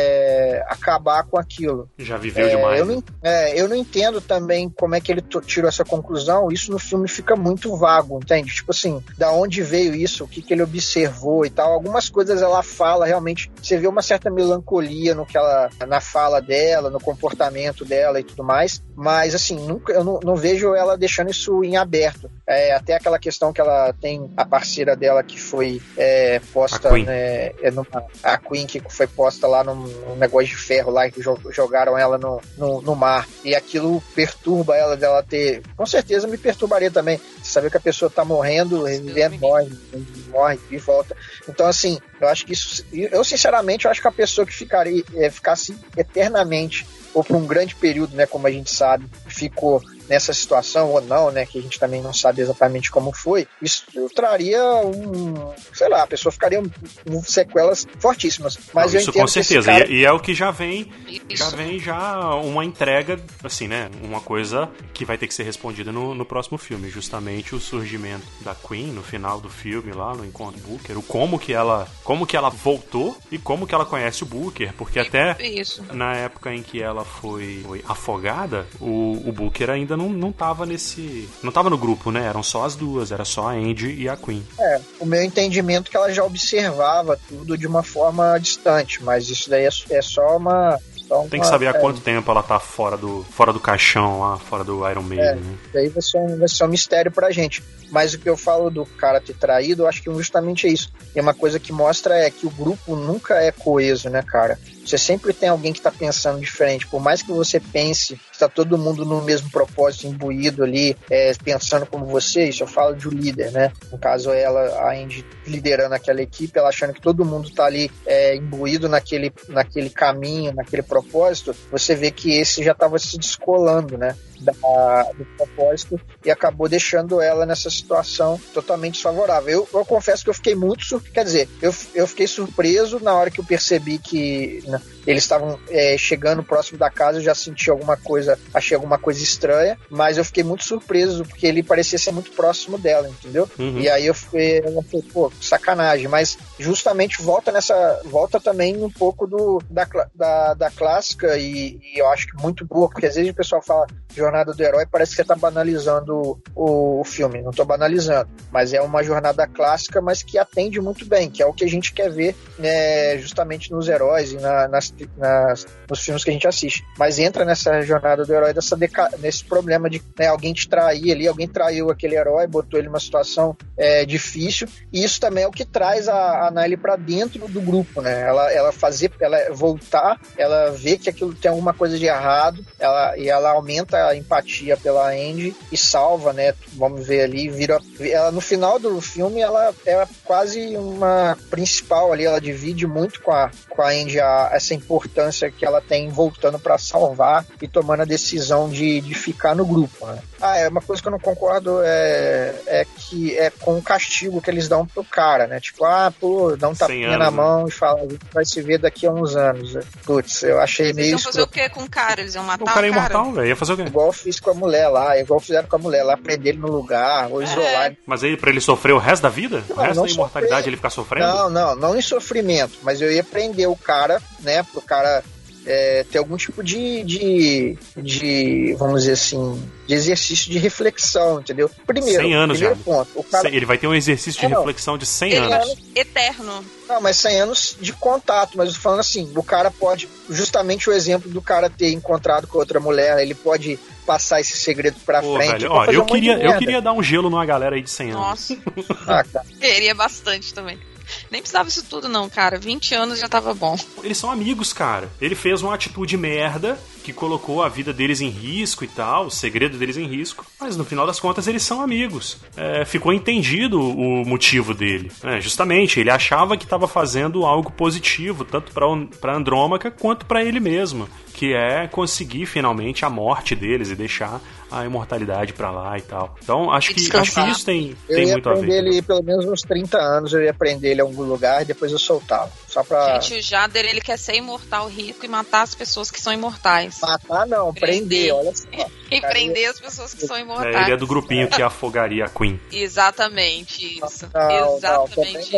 é, acabar com aquilo. Já viveu é, demais. Eu não, é, eu não entendo também como é que ele tirou essa conclusão. Isso no filme fica muito vago, entende? Tipo assim, da onde veio isso, o que, que ele observou e tal. Algumas coisas ela fala, realmente, você vê uma certa melancolia no que ela, na fala dela, no comportamento dela e tudo mais, mas assim, nunca, eu não, não vejo ela deixando isso em aberto. É, até aquela questão que ela tem a parceira dela que foi é, posta, a Queen. Né, é numa, a Queen que foi posta lá num, num negócio de ferro lá, que jogaram ela no, no, no mar, e aquilo perturba ela, dela ter, com certeza me perturbaria também, saber que a pessoa tá morrendo, revivendo, morre, morre e volta. Então assim, eu acho que isso, eu sinceramente eu acho que a pessoa que ficaria, é, ficasse eternamente, ou por um grande período, né, como a gente sabe, ficou nessa situação ou não, né, que a gente também não sabe exatamente como foi, isso traria um, sei lá, a pessoa ficaria um, um sequelas fortíssimas. Mas não, eu isso entendo com certeza, cara... e, e é o que já vem, isso. já vem já uma entrega, assim, né, uma coisa que vai ter que ser respondida no, no próximo filme, justamente o surgimento da Queen no final do filme lá, no encontro Booker, o como que ela, como que ela voltou e como que ela conhece o Booker, porque até isso. na época em que ela foi, foi afogada, o, o Booker ainda não, não tava nesse, não tava no grupo, né, eram só as duas, era só a Andy e a Queen. É, o meu entendimento é que ela já observava tudo de uma forma distante, mas isso daí é, é só uma... Então, tem que saber há é, quanto tempo ela tá fora do, fora do caixão lá, fora do Iron Maiden, é, né? Daí vai ser, um, vai ser um mistério pra gente. Mas o que eu falo do cara ter traído, eu acho que justamente é isso. E uma coisa que mostra é que o grupo nunca é coeso, né, cara? Você sempre tem alguém que tá pensando diferente. Por mais que você pense que tá todo mundo no mesmo propósito, imbuído ali, é, pensando como você, isso eu falo de um líder, né? No caso, ela, a Andy liderando aquela equipe, ela achando que todo mundo tá ali é, imbuído naquele, naquele caminho, naquele propósito, você vê que esse já tava se descolando, né? Da, do propósito e acabou deixando ela nessa situação totalmente desfavorável. Eu, eu confesso que eu fiquei muito surpreso, quer dizer, eu, eu fiquei surpreso na hora que eu percebi que né, eles estavam é, chegando próximo da casa, eu já senti alguma coisa, achei alguma coisa estranha, mas eu fiquei muito surpreso porque ele parecia ser muito próximo dela, entendeu? Uhum. E aí eu fiquei, eu falei, pô, sacanagem, mas justamente volta nessa, volta também um pouco do, da, da, da clássica e, e eu acho que muito boa, porque às vezes o pessoal fala Jornada do Herói, parece que você tá banalizando o, o filme, não tô banalizando, mas é uma jornada clássica, mas que atende muito bem, que é o que a gente quer ver né, justamente nos heróis e na, nas, nas, nos filmes que a gente assiste, mas entra nessa jornada do herói, dessa deca- nesse problema de né, alguém te trair ali, alguém traiu aquele herói, botou ele numa situação é, difícil, e isso também é o que traz a, a Nile pra dentro do grupo, né, ela, ela fazer, ela voltar, ela vê que aquilo tem alguma coisa de errado, ela, e ela aumenta a empatia pela Andy e salva, né? Vamos ver ali, vira. Ela, no final do filme, ela é quase uma principal ali, ela divide muito com a, com a Andy a, essa importância que ela tem voltando para salvar e tomando a decisão de, de ficar no grupo, né? Ah, é uma coisa que eu não concordo é, é que é com o castigo que eles dão pro cara, né? Tipo, ah, pô, dá um tapinha anos, na mão né? E fala, a gente vai se ver daqui a uns anos. Putz, eu achei eles meio... Eles iam fazer o que com o cara? Eles iam matar o cara? O cara é imortal, velho. Ia fazer o quê? Igual eu fiz com a mulher lá, igual fizeram com a mulher lá, prender ele no lugar, ou isolar. É. Mas aí, pra ele sofrer o resto da vida? Não, o resto não da imortalidade sofrer. Ele ficar sofrendo? Não, não, não em sofrimento, mas eu ia prender o cara, né, pro cara é, ter algum tipo de, de, de, vamos dizer assim, de exercício de reflexão, entendeu? Primeiro, cem anos primeiro já. ponto. O cara... Ele vai ter um exercício de é, reflexão de cem anos. anos. Eterno. Não, mas cem anos de contato, mas eu tô falando assim, o cara pode, justamente o exemplo do cara ter encontrado com outra mulher, ele pode passar esse segredo pra Pô, frente. Velho, ó, eu, queria, eu queria dar um gelo numa galera aí de cem anos. Nossa. Ah, cara. Queria bastante também. Nem precisava isso tudo não, cara. vinte anos já tava bom. Eles são amigos, cara. Ele fez uma atitude merda que colocou a vida deles em risco e tal, o segredo deles em risco, mas no final das contas eles são amigos. É, ficou entendido o motivo dele. É, justamente, ele achava que estava fazendo algo positivo, tanto para Andrômaca quanto para ele mesmo, que é conseguir finalmente a morte deles e deixar a imortalidade pra lá e tal. Então, acho que, acho que isso tem, tem muito a ver. Eu ia prender ele pelo menos uns trinta anos, eu ia prender ele em algum lugar e depois eu soltava. Só pra... Gente, o Jader, ele quer ser imortal rico e matar as pessoas que são imortais. Matar não, prender, prender olha só. E cara, prender eu... as pessoas que são imortais. É, ele é do grupinho que afogaria a Queen. Exatamente isso. Não, Exatamente não, isso.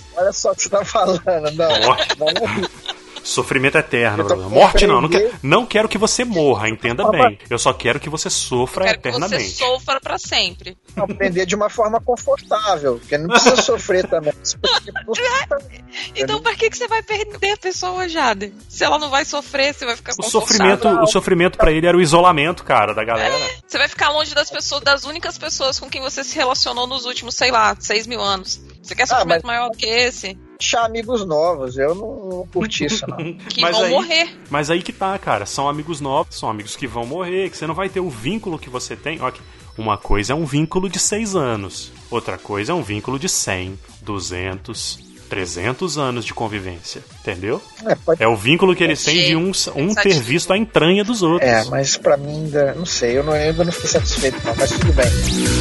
Olha só o que você tá falando. Não, Morte. não, não. Sofrimento eterno. Morte não, não quero, não quero que você morra, entenda bem. Eu só quero que você sofra eu quero eternamente. Que você sofra pra sempre. Aprender de uma forma confortável, porque não precisa sofrer também. Então pra que, que você vai perder a pessoa, Jade? Se ela não vai sofrer, você vai ficar o sofrimento, o sofrimento pra ele era o isolamento, cara, da galera. É, você vai ficar longe das pessoas, das únicas pessoas com quem você se relacionou nos últimos, sei lá, seis mil anos. Você quer sofrimento ah, mas... maior do que esse? Achar amigos novos, eu não, não curti isso, não. Que mas vão aí, morrer. Mas aí que tá, cara. São amigos novos, são amigos que vão morrer, que você não vai ter o vínculo que você tem. Olha, uma coisa é um vínculo de seis anos, outra coisa é um vínculo de cem, duzentos, trezentos anos de convivência, entendeu? É, pode... é o vínculo que eles têm de um, um ter visto a entranha dos outros. É, mas pra mim ainda, não sei, eu, não, eu ainda não fiquei satisfeito, não, mas tudo bem.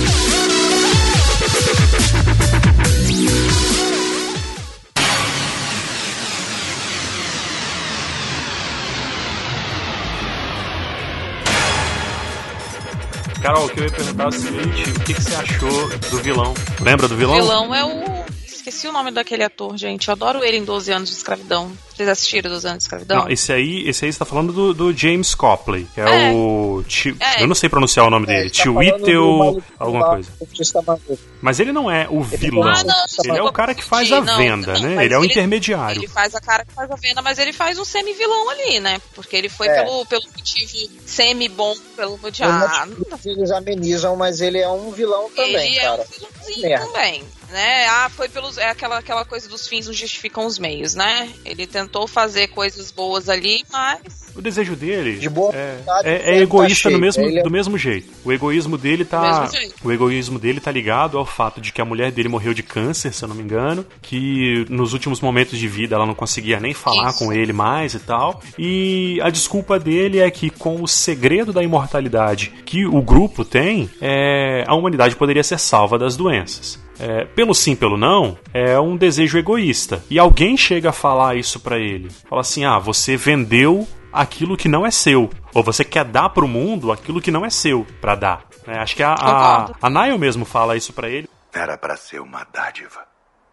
Carol, o que eu ia perguntar é o seguinte: o que, que você achou do vilão? Lembra do vilão? O vilão é o... Esqueci o nome daquele ator, gente. Eu adoro ele em doze anos de Escravidão. Vocês assistiram doze anos de Escravidão? Não, esse aí, esse aí você tá falando do, do James Copley, que é, é. o... Ti, é. Eu não sei pronunciar o nome é, dele. Chiwetel... Tá alguma coisa. Mas ele não é o vilão. Ah, não, ele é o cara que faz a venda, não, né? Ele é o ele, intermediário. Ele faz a cara que faz a venda, mas ele faz um semi-vilão ali, né? Porque ele foi é. pelo, pelo motivo semi-bom, pelo motivo... Ah, eles amenizam, mas ele é um vilão também, ele cara. Ele é um vilãozinho também. Né? Ah, foi pelos. É aquela, aquela coisa dos fins não justificam os meios, né? Ele tentou fazer coisas boas ali, mas. O desejo dele de boa é, é, é egoísta do mesmo, é... do mesmo jeito. O egoísmo dele tá. O egoísmo dele tá ligado ao fato de que a mulher dele morreu de câncer, se eu não me engano. Que nos últimos momentos de vida ela não conseguia nem falar Isso. com ele mais e tal. E a desculpa dele é que, com o segredo da imortalidade que o grupo tem, é, a humanidade poderia ser salva das doenças. É, pelo sim, pelo não, é um desejo egoísta. E alguém chega a falar isso pra ele. Fala assim, ah, você vendeu aquilo que não é seu. Ou você quer dar pro mundo aquilo que não é seu pra dar. É, acho que a, a, a Nile mesmo fala isso pra ele. Era pra ser uma dádiva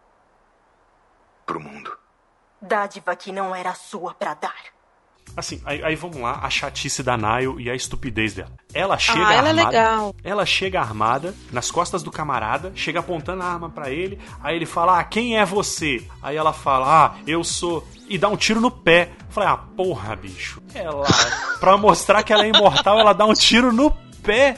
pro mundo. Dádiva que não era sua pra dar. Assim, aí, aí vamos lá, a chatice da Nile e a estupidez dela. Ela chega ah, ela armada. É legal. Ela chega armada, nas costas do camarada, chega apontando a arma pra ele, aí ele fala, ah, quem é você? Aí ela fala, ah, eu sou... E dá um tiro no pé. Eu falei, ah, porra, bicho. Ela, pra mostrar que ela é imortal, ela dá um tiro no pé.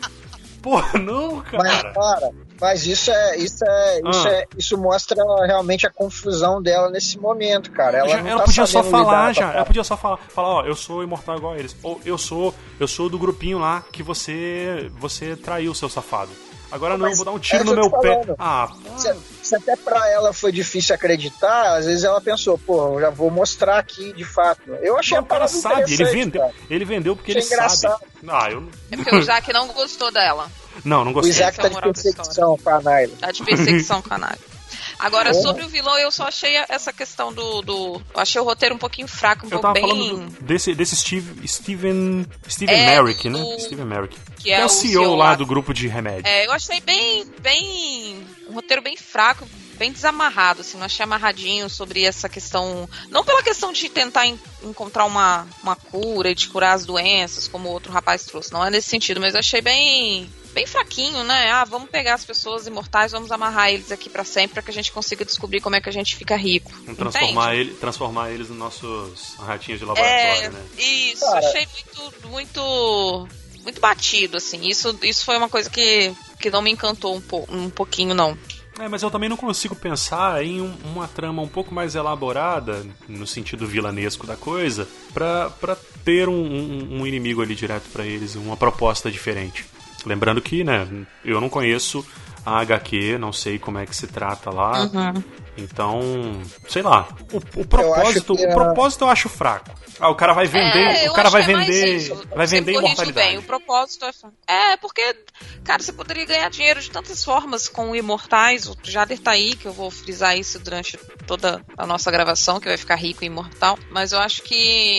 Porra, não, cara. Mas, cara, mas isso é, isso é, ah. isso é, isso mostra realmente a confusão dela nesse momento, cara. Ela, já, não ela tá podia só falar, já. Pra... Ela podia só falar, falar, ó, eu sou imortal igual a eles. Ou eu sou, eu sou do grupinho lá que você, você traiu, seu safado. Agora não, eu vou dar um tiro no meu pé. Ah, se, se até pra ela foi difícil acreditar, às vezes ela pensou, pô, eu já vou mostrar aqui de fato. Eu achei não, a parada sabe, ele vendeu, cara. ele vendeu porque achei ele engraçado. sabe. Ah, eu... É porque o Isaac não gostou dela. Não, não gostei. O Isaac tá de perseguição com a Nile. Tá de perseguição com a Nile. Agora, sobre o vilão, eu só achei essa questão do... do eu achei o roteiro um pouquinho fraco, um eu pouco tava bem... falando do, desse, desse Steve, Steven... Steven é, Merrick, do, né? Steven Merrick. Que, que é, é o C E O lá, lá do grupo de remédio. É, eu achei bem... bem um roteiro bem fraco, bem desamarrado, assim, não achei amarradinho sobre essa questão... Não pela questão de tentar en- encontrar uma, uma cura e de curar as doenças, como o outro rapaz trouxe, não é nesse sentido, mas eu achei bem... bem fraquinho, né? Ah, vamos pegar as pessoas imortais, vamos amarrar eles aqui pra sempre, pra que a gente consiga descobrir como é que a gente fica rico. Vamos transformar, ele, transformar eles nos nossos ratinhos de laboratório, é, né? Isso, Cara. achei muito, muito, muito batido, assim. Isso, isso foi uma coisa que, que não me encantou um, po, um pouquinho, não. É, mas eu também não consigo pensar em um, uma trama um pouco mais elaborada, no sentido vilanesco da coisa, pra, pra ter um, um, um inimigo ali direto pra eles, uma proposta diferente. Lembrando que, né, eu não conheço a H Q, não sei como é que se trata lá. Uhum. Então, sei lá. O, o propósito, era... o propósito eu acho fraco. Ah, o cara vai vender, é, o cara vai é vender, vai Você vender imortalidade. Bem, o propósito é... é, porque, cara, você poderia ganhar dinheiro de tantas formas com imortais. O Jader tá aí, que eu vou frisar isso durante toda a nossa gravação, que vai ficar rico e imortal. Mas eu acho que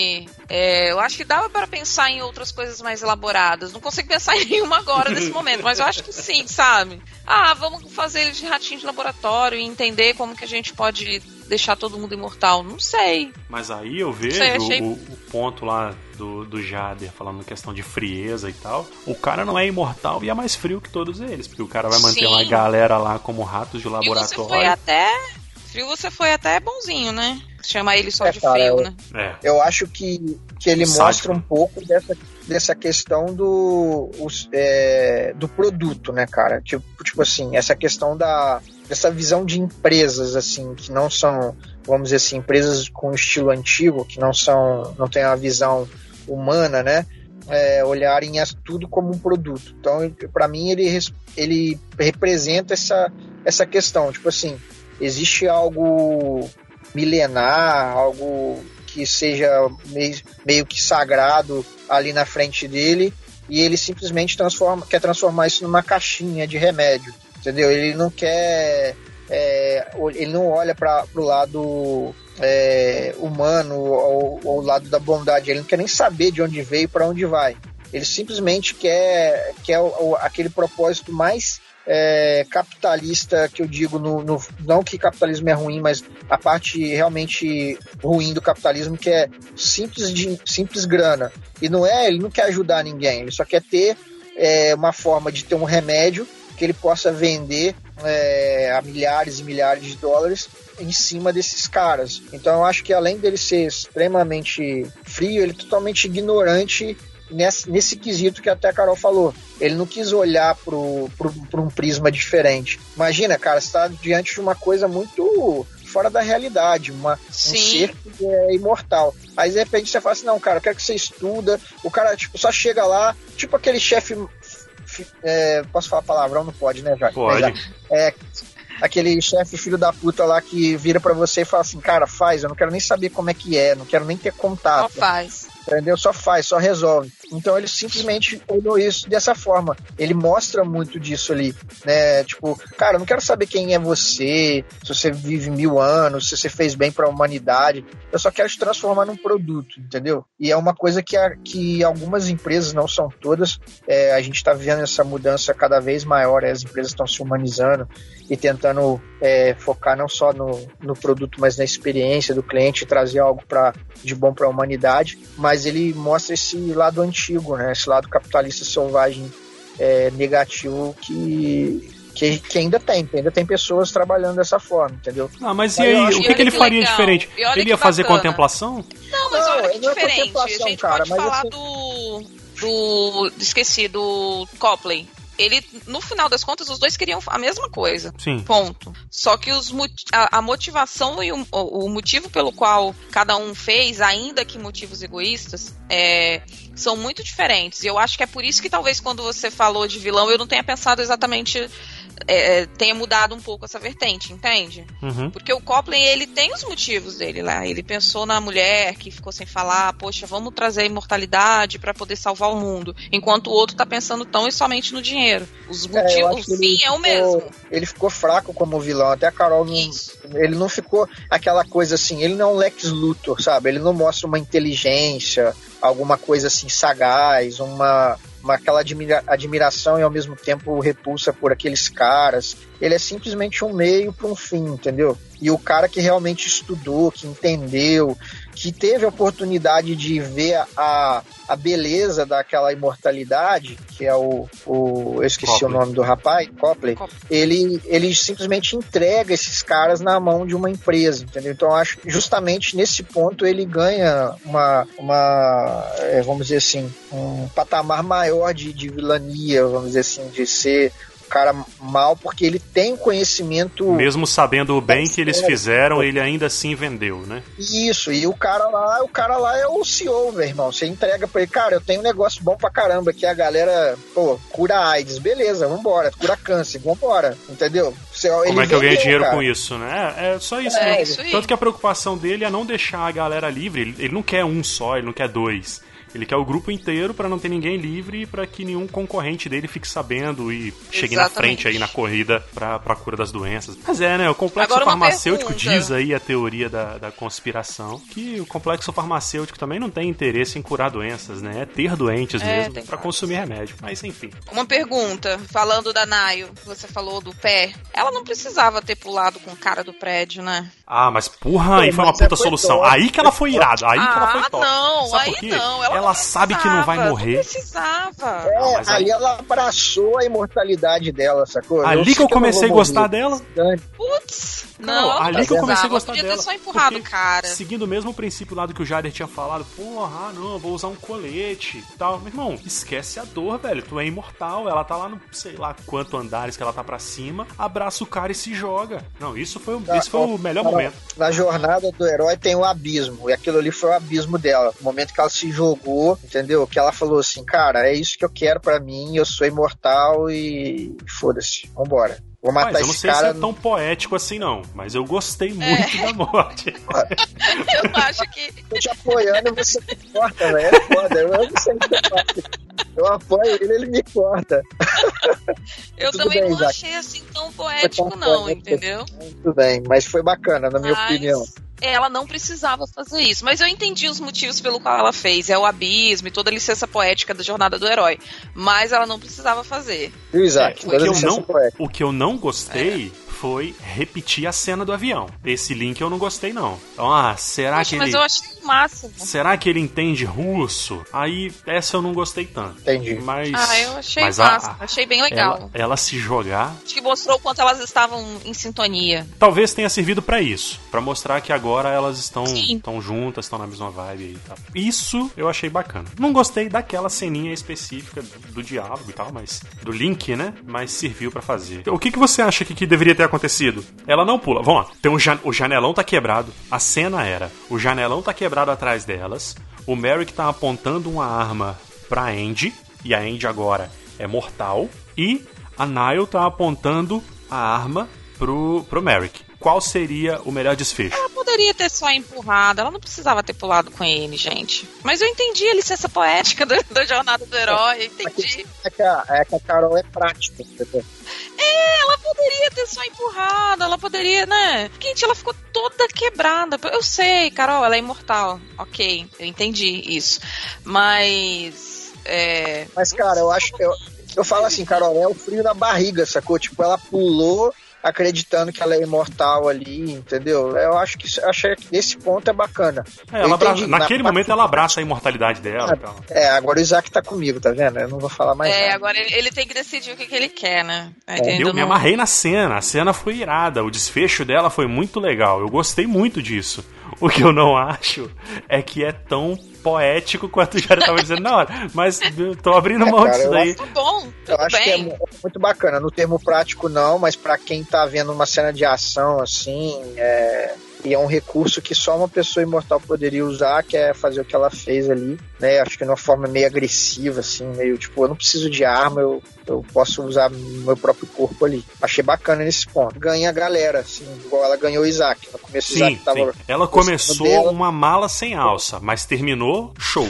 É, eu acho que dava para pensar em outras coisas mais elaboradas. Não consigo pensar em nenhuma agora nesse momento, mas eu acho que sim, sabe? Ah, vamos fazer ele de ratinho de laboratório e entender como que a gente pode deixar todo mundo imortal. Não sei. Mas aí eu vejo sei, achei... o, o ponto lá do, do Jader, falando questão de frieza e tal. O cara não é imortal e é mais frio que todos eles, porque o cara vai manter sim. uma galera lá como ratos de laboratório. E você foi até... Frio você foi até bonzinho, né? Chamar ele só é, de cara, frio, eu, né? É. Eu acho que, que ele Sádico. mostra um pouco dessa, dessa questão do, os, é, do produto, né, cara? Tipo, tipo assim, essa questão da, dessa visão de empresas, assim, que não são, vamos dizer assim, empresas com estilo antigo, que não são, não tem uma visão humana, né? É, olharem tudo como um produto. Então, para mim, ele, ele representa essa, essa questão. Tipo assim, existe algo milenar, algo que seja meio, meio que sagrado ali na frente dele, e ele simplesmente transforma, quer transformar isso numa caixinha de remédio, entendeu? Ele não quer, é, ele não olha para o lado é, humano ou, ou o lado da bondade, ele não quer nem saber de onde veio e para onde vai. Ele simplesmente quer, quer o, o, aquele propósito mais É, capitalista, que eu digo no, no, não que capitalismo é ruim, mas a parte realmente ruim do capitalismo, que é simples, de, simples grana, e não é, ele não quer ajudar ninguém, ele só quer ter é, uma forma de ter um remédio que ele possa vender é, a milhares e milhares de dólares em cima desses caras. Então eu acho que além dele ser extremamente frio, ele é totalmente ignorante Nesse, nesse quesito que até a Carol falou. Ele não quis olhar para um prisma diferente. Imagina, cara, você está diante de uma coisa muito fora da realidade, uma, um ser que é imortal. Aí de repente você fala assim, não, cara, eu quero que você estuda. O cara tipo, só chega lá, tipo aquele chefe... É, posso falar palavrão? Não pode, né, Jorge? Pode. Mas, é, aquele chefe filho da puta lá que vira pra você e fala assim, cara, faz, eu não quero nem saber como é que é, não quero nem ter contato. Só faz. Entendeu? Só faz, só resolve. Então ele simplesmente olhou isso dessa forma. Ele mostra muito disso ali, né? Tipo, cara, eu não quero saber quem é você, se você vive mil anos, se você fez bem pra humanidade. Eu só quero te transformar num produto, entendeu? E é uma coisa que, a, que algumas empresas, não são todas, é, a gente tá vendo essa mudança cada vez maior, as empresas estão se humanizando e tentando é, focar não só no, no produto, mas na experiência do cliente, trazer algo pra, de bom para a humanidade, mas ele mostra esse lado antigo, né? Esse lado capitalista selvagem é, negativo que, que, que ainda tem, ainda tem pessoas trabalhando dessa forma, entendeu? Ah, mas e aí, o que, que ele faria legal. diferente? Ele ia fazer bacana. contemplação? Não, mas não, olha que não diferente. É a gente cara, pode mas falar assim... do, do... Esqueci, do Copley. Ele, no final das contas, os dois queriam a mesma coisa. Sim. Ponto. Só que os, a, a motivação e o, o motivo pelo qual cada um fez, ainda que motivos egoístas, é, são muito diferentes. E eu acho que é por isso que talvez quando você falou de vilão, eu não tenha pensado exatamente... É, tenha mudado um pouco essa vertente, entende? Uhum. Porque o Copley, ele tem os motivos dele lá. Ele pensou na mulher que ficou sem falar, poxa, vamos trazer a imortalidade para poder salvar o mundo. Enquanto o outro tá pensando tão e somente no dinheiro. Os motivos, é, sim, é o mesmo. Ele ficou fraco como vilão. Até a Carol, não, ele não ficou aquela coisa assim, ele não é um Lex Luthor, sabe? Ele não mostra uma inteligência, alguma coisa assim, sagaz, uma... Uma, aquela admira, admiração e ao mesmo tempo repulsa por aqueles caras. Ele é simplesmente um meio para um fim, entendeu? E o cara que realmente estudou, que entendeu, que teve a oportunidade de ver a, a beleza daquela imortalidade, que é o, o eu esqueci Copley. O nome do rapaz, Copley, Copley. Ele, ele simplesmente entrega esses caras na mão de uma empresa, entendeu? Então eu acho que justamente nesse ponto ele ganha uma, uma é, vamos dizer assim, um patamar maior de, de vilania, vamos dizer assim, de ser cara mal, porque ele tem conhecimento... Mesmo sabendo o bem que eles fizeram, ele ainda assim vendeu, né? Isso, e o cara lá, o cara lá é o C E O, meu irmão. Você entrega pra ele, cara, eu tenho um negócio bom pra caramba, que a galera, pô, cura AIDS, beleza, vambora, cura câncer, vambora, entendeu? Você, Como é que eu ganho dinheiro cara. com isso, né? É só isso, é, né? Isso Tanto que a preocupação dele é não deixar a galera livre, ele, ele não quer um só, ele não quer dois. Ele quer o grupo inteiro pra não ter ninguém livre, pra que nenhum concorrente dele fique sabendo e chegue Exatamente. na frente aí na corrida pra, pra cura das doenças. Mas é, né? O complexo Agora, uma farmacêutico pergunta. diz aí a teoria da, da conspiração que o complexo farmacêutico também não tem interesse em curar doenças, né? É ter doentes É, mesmo tem pra vários. consumir remédio. Mas enfim. Uma pergunta, falando da Nayo, você falou do pé. Ela não precisava ter pulado com o cara do prédio, né? Ah, mas porra, aí Pô, foi uma mas puta é foi solução. top. Aí que ela foi irada. Aí que ela foi ah, top. não, Sabe aí por quê? não. Ela, Ela não sabe que não vai precisava, morrer. Não precisava. É, Não, mas aí- ali ela abraçou a imortalidade dela, sacou? Ali sei que eu comecei não a vou gostar morrer. dela. Putz, Não, não, não ali que eu comecei a precisava. gostar Podia dela. ter só empurrado o porque, cara. Seguindo o mesmo princípio lá do que o Jader tinha falado, porra, ah, não, eu vou usar um colete e tal. Meu irmão, esquece a dor, velho. Tu é imortal. Ela tá lá no, sei lá quanto andares que ela tá pra cima, abraça o cara e se joga. Não, isso foi, o- isso foi o melhor Na- momento. Na jornada do herói tem o abismo, e aquilo ali foi o abismo dela. O momento que ela se jogou, entendeu? Que ela falou assim, cara, é isso que eu quero pra mim, eu sou imortal e foda-se, vambora. Vou matar Mas eu não esse sei cara. se é tão poético assim, não. Mas eu gostei muito da morte. Eu acho que Tô te apoiando e você me corta, velho. É foda, eu não sei o que eu faço. Eu apoio ele, ele me corta. eu Tudo também bem, não Isaac. achei assim tão poético, não, entendeu? Tudo bem, mas foi bacana, na minha Mas opinião. ela não precisava fazer isso. Mas eu entendi os motivos pelo qual ela fez. É o abismo e toda a licença poética da jornada do herói. Mas ela não precisava fazer. Viu, Isaac? É, o, Toda que eu licença não, poética. o que eu não gostei foi repetir a cena do avião. Esse link eu não gostei, não. Então, ah, será Poxa, que mas ele... eu achei o máximo. Será que ele entende russo? Aí, essa eu não gostei tanto. Entendi. Mas, Ah, eu achei mas máximo. a, Achei bem legal. ela, ela se jogar, Acho que mostrou o quanto elas estavam em sintonia. talvez tenha servido pra isso. Pra mostrar que agora elas estão, Sim. estão juntas, estão na mesma vibe aí e tal. Isso eu achei bacana. Não gostei daquela ceninha específica do, do diálogo e tal, mas... Do link, né? Mas serviu pra fazer. O que, que você acha que, que deveria ter acontecido? Ela não pula. Vamos lá. Tem um jan- o janelão tá quebrado. A cena era... O janelão tá quebrado atrás delas. O Merrick tá apontando uma arma pra Andy. E a Andy agora é mortal. E a Nile tá apontando a arma pro, pro Merrick. Qual seria o melhor desfecho? Ela poderia ter só empurrado, ela não precisava ter pulado com ele, gente. Mas eu entendi a licença poética do- da jornada do herói, eu entendi. É que, a, é que a Carol é prática, entendeu? É, ela poderia ter só empurrado, ela poderia, né? Gente, ela ficou toda quebrada. Eu sei, Carol, ela é imortal. Ok, eu entendi isso. Mas. É... Mas, cara, eu acho que. Eu, eu falo assim, Carol, é o frio na barriga, sacou? Tipo, ela pulou acreditando que ela é imortal ali, entendeu? Eu acho que eu achei que nesse ponto é bacana. É, Eu ela abra... entendi, Naquele na momento parte- ela abraça a imortalidade dela. e tal. É, agora o Isaac tá comigo, tá vendo? Eu não vou falar mais É, nada. agora ele, ele tem que decidir o que, que ele quer, né? Tá É, entendendo? Eu me amarrei na cena, a cena foi irada, o desfecho dela foi muito legal, eu gostei muito disso. O que eu não acho é que é tão poético quanto já estava dizendo na hora, mas eu tô abrindo mão É, cara, disso eu daí. Tá bom, Eu tudo acho que é bem. mu- muito bacana. No termo prático, não, mas pra quem tá vendo uma cena de ação assim, é... e é um recurso que só uma pessoa imortal poderia usar, que é fazer o que ela fez ali, né? Acho que de uma forma meio agressiva, assim, meio tipo, eu não preciso de arma, eu, eu posso usar meu próprio corpo ali. Achei bacana nesse ponto. Ganha a galera, assim, igual ela ganhou o Isaac. No começo o Sim, Isaac tava. sim. Ela gostando começou dela. uma mala sem alça, mas terminou show.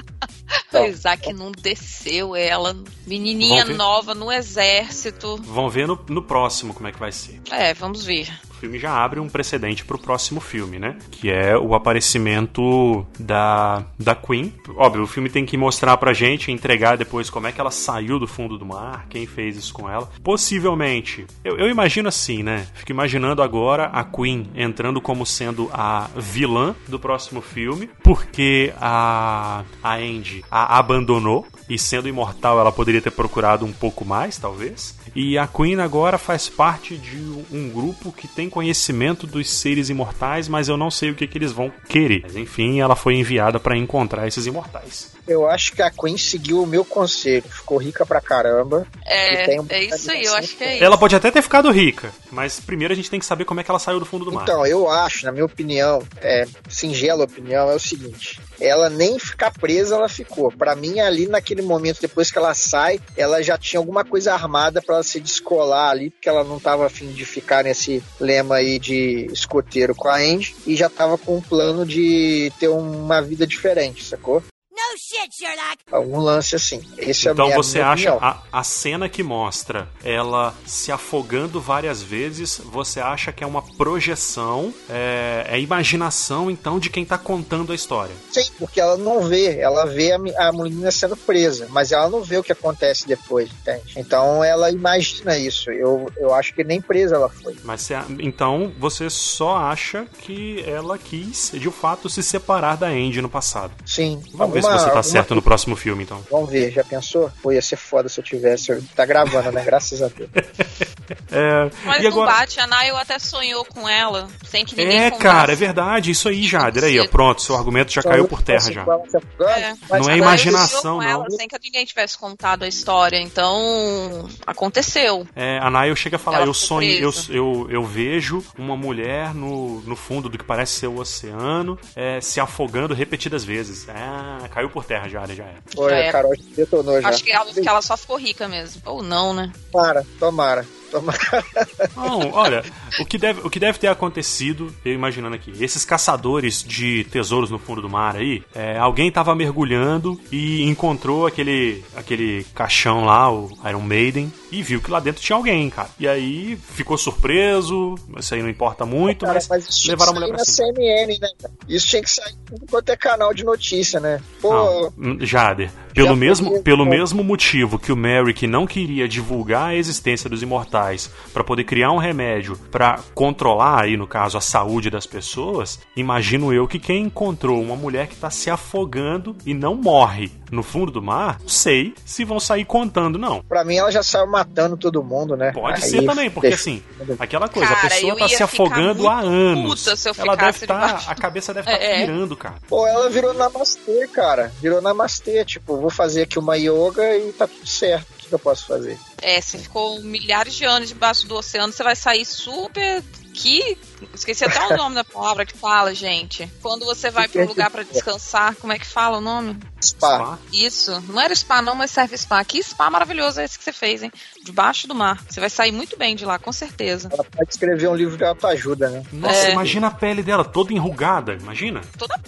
O Isaac não desceu ela, menininha Vamos ver. nova no exército. Vão ver no, no próximo como é que vai ser. É, vamos ver. O filme já abre um precedente pro próximo filme, né? Que é o aparecimento da, da Queen. Óbvio, o filme tem que mostrar pra gente, entregar depois como é que ela saiu do fundo do mar, quem fez isso com ela. Possivelmente, eu, eu imagino assim, né? Fico imaginando agora a Queen entrando como sendo a vilã do próximo filme, porque a, a Andy a abandonou, e sendo imortal ela poderia ter procurado um pouco mais, talvez. E a Queen agora faz parte de um grupo que tem conhecimento dos seres imortais, mas eu não sei o que, que eles vão querer. Mas enfim, ela foi enviada para encontrar esses imortais. Eu acho que a Queen seguiu o meu conselho. Ficou rica pra caramba. E tem É, um- é isso aí, eu acho que é isso. Ela pode até ter ficado rica, mas primeiro a gente tem que saber como é que ela saiu do fundo do mar. Então, eu acho, na minha opinião, é, singela opinião, é o seguinte: ela nem ficar presa, ela ficou. Pra mim, ali naquele momento, depois que ela sai, ela já tinha alguma coisa armada pra ela se descolar ali, porque ela não tava afim de ficar nesse lema aí de escoteiro com a Andy, e já tava com um plano de ter uma vida diferente, sacou? No shit, Sherlock! Algum lance assim. Esse então é a minha, você minha acha opinião. a, a cena que mostra ela se afogando várias vezes, você acha que é uma projeção, é, é imaginação então de quem tá contando a história? Sim, porque ela não vê, ela vê a, a menina sendo presa, mas ela não vê o que acontece depois, entende? Então ela imagina isso. Eu, eu acho que nem presa ela foi. Mas você, então você só acha que ela quis, de fato, se separar da Andy no passado. Sim. Vamos ver se Alguma- você tá alguma- certo no próximo filme, então. Vamos ver, já pensou? Pô, ia ser foda se eu tivesse. Tá gravando, né? Graças a Deus. É, Mas e não agora... bate, a Nayo até sonhou com ela, sem que ninguém É, contasse. cara, é verdade, isso aí, Jader. Aí, ó, pronto, seu argumento já caiu por terra já. É. Mas Não é Ela imaginação, sonhou com ela não. sem que ninguém tivesse contado a história, então aconteceu. É, a Nayo chega a falar, Ela eu ficou sonho, eu, presa. eu, eu vejo uma mulher no, no fundo do que parece ser o oceano, é, se afogando repetidas vezes. Ah, caiu por terra já, já é. Pô, Já a era. Carol detonou já. Acho que ela, que ela só ficou rica mesmo. Ou não, né? Tomara, tomara. tomara. Não, olha, o que, deve, o que deve ter acontecido, eu imaginando aqui, esses caçadores de tesouros no fundo do mar aí, é, alguém tava mergulhando e encontrou aquele, aquele caixão lá, o Iron Maiden, e viu que lá dentro tinha alguém, cara. E aí ficou surpreso, isso aí não importa muito, Cara, mas, mas isso levaram a tinha mulher que pra sair cima. na C N N, né? cara? Isso tinha que sair em tudo quanto é canal de notícia, né? Pô, Não, Jader, pelo, Já mesmo, foi- pelo mesmo motivo que o Merrick não queria divulgar a existência dos imortais para poder criar um remédio para controlar, aí no caso, a saúde das pessoas, imagino eu que quem encontrou uma mulher que tá se afogando e não morre no fundo do mar, não sei se vão sair contando, não. pra mim ela já saiu matando todo mundo, né? Pode Aí, ser também, porque deixa- assim, aquela coisa, Cara, a pessoa eu tá ia se ficar afogando há muito anos. puta se eu Ela deve ficasse estar, debaixo. a cabeça deve estar É. pirando, cara. Pô, ela virou namastê, cara. Virou namastê. Tipo, vou fazer aqui uma yoga e tá tudo certo. O que que eu posso fazer? É, você ficou milhares de anos debaixo do oceano, você vai sair super... Que... Esqueci até o nome da palavra que fala, gente. Quando você vai para um lugar para descansar, como é que fala o nome? Spa. Isso. Não era spa não, mas serve spa. Que spa maravilhoso é esse que você fez, hein? Debaixo do mar. Você vai sair muito bem de lá, com certeza. Ela pode escrever um livro de autoajuda, né? Nossa, É. imagina a pele dela toda enrugada, imagina? Toda...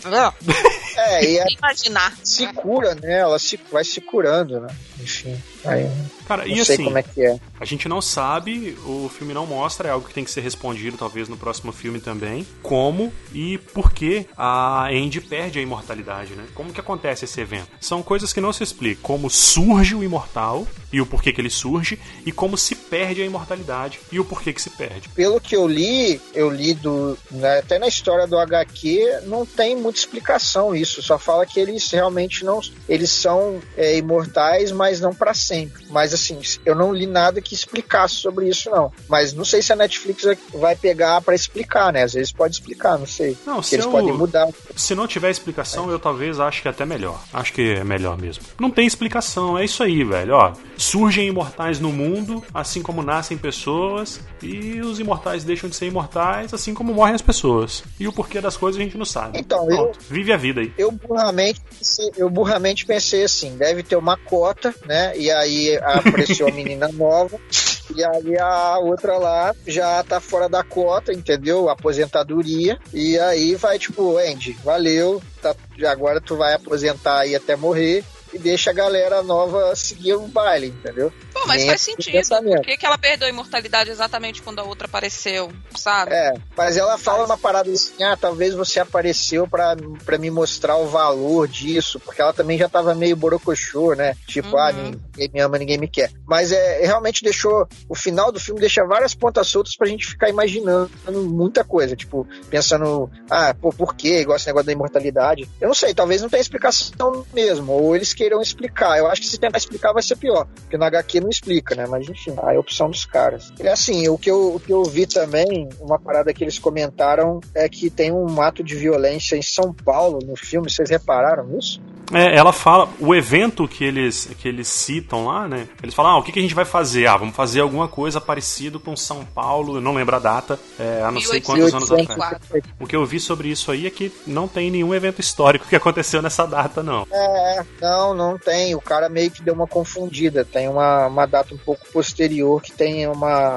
É, e Nem imaginar. se cura, né? Ela se, vai se curando, né? Enfim, aí Cara, não e sei assim, como é que é. a gente não sabe, o filme não mostra, é algo que tem que ser respondido talvez no próximo filme também, como e por que a Andy perde a imortalidade, né? Como que acontece esse evento? São coisas que não se explicam, como surge o imortal e o porquê que ele surge, e como se perde a imortalidade e o porquê que se perde. Pelo que eu li, eu li do, né, até na história do agá quê, não tem muita explicação isso. Só fala que eles realmente não, eles são é, imortais, mas não pra sempre. Mas assim, eu não li nada que explicasse sobre isso, não. Mas não sei se a Netflix vai pegar pra explicar, né? Às vezes pode explicar, não sei. Não, Porque se eles eu- podem mudar. Se não tiver explicação, eu talvez acho que é até melhor. Acho que é melhor mesmo. Não tem explicação, é isso aí, velho. Ó, surgem imortais no mundo, assim como nascem pessoas, e os imortais deixam de ser imortais, assim como morrem as pessoas. E o porquê das coisas a gente não sabe. Então, Pronto, vive a vida aí. Eu burramente, pensei, eu burramente pensei assim, deve ter uma cota, né? E aí apareceu a menina nova, e aí a outra lá já tá fora da cota, entendeu? Aposentadoria. E aí vai tipo, Andy, valeu, tá, agora tu vai aposentar aí até morrer. E deixa a galera nova seguir o baile, entendeu? Pô, mas Nem faz esse sentido. pensamento. Por que, que ela perdeu a imortalidade exatamente quando a outra apareceu, sabe? É, mas ela fala uma parada assim, ah, talvez você apareceu pra, pra me mostrar o valor disso, porque ela também já tava meio borocochô, né? Tipo, Uhum. ah, ninguém me ama, ninguém me quer. Mas é, realmente deixou, o final do filme deixa várias pontas soltas pra gente ficar imaginando muita coisa, tipo, pensando, ah, pô, por quê? Igual esse negócio da imortalidade. Eu não sei, talvez não tenha explicação mesmo, ou eles queiram explicar. Eu acho que se tentar explicar vai ser pior, porque no agá quê não explica, né? Mas enfim, a opção dos caras. E assim, o que, eu, o que eu vi também, uma parada que eles comentaram é que tem um ato de violência em São Paulo no filme, vocês repararam nisso? É, ela fala, o evento que eles, que eles citam lá, né? Eles falam, ah, o que, que a gente vai fazer? Ah, vamos fazer alguma coisa parecido com São Paulo, eu não lembro a data, é, há não sei quantos anos atrás. O que eu vi sobre isso aí é que não tem nenhum evento histórico que aconteceu nessa data, não. É, não, não tem. O cara meio que deu uma confundida. Tem uma, uma data um pouco posterior que tem uma,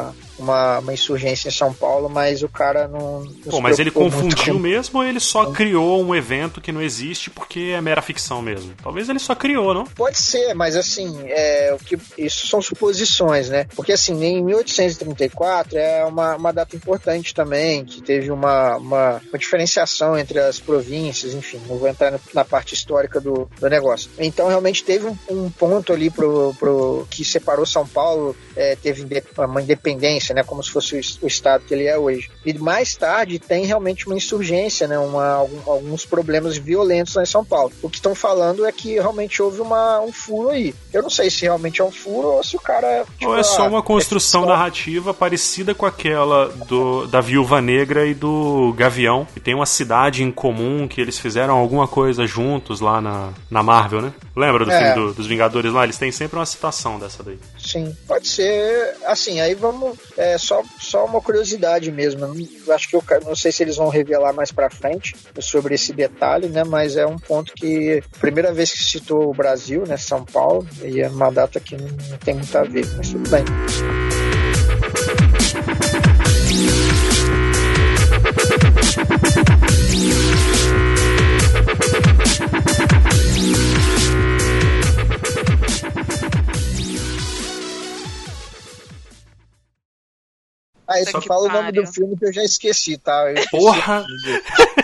uma, uma insurgência em São Paulo, mas o cara não... não Pô, mas ele confundiu com... mesmo ou ele só criou um evento que não existe porque é mera ficção mesmo? Talvez ele só criou, não? Pode ser, mas assim, é, o que, isso são suposições, né? Porque assim, em mil oitocentos e trinta e quatro é uma, uma data importante também, que teve uma, uma, uma diferenciação entre as províncias, enfim, não vou entrar na parte histórica do, do negócio. Então, realmente teve um, um ponto ali pro, pro, que separou São Paulo, é, teve uma independência, né? Como se fosse o, o estado que ele é hoje. E mais tarde tem realmente uma insurgência, né? Uma, algum, alguns problemas violentos lá em São Paulo. O que estão falando é que realmente houve uma, um furo aí. Eu não sei se realmente é um furo ou se o cara... Tipo, ou é só uma construção é narrativa parecida com aquela do, da Viúva Negra e do Gavião, que tem uma cidade em comum, que eles fizeram alguma coisa juntos lá na, na Marvel, né? Lembra do é. filme do, dos Vingadores lá? Eles têm sempre uma citação dessa daí. Sim, pode ser. Assim, aí vamos... É só, só uma curiosidade mesmo. Eu acho que eu não sei se eles vão revelar mais pra frente sobre esse detalhe, né? Mas é um ponto que... Primeira vez que citou o Brasil, né? São Paulo, e é uma data que não, não tem muito a ver, mas tudo bem. Ah, só fala o nome do filme que eu já esqueci, tá? Eu Porra!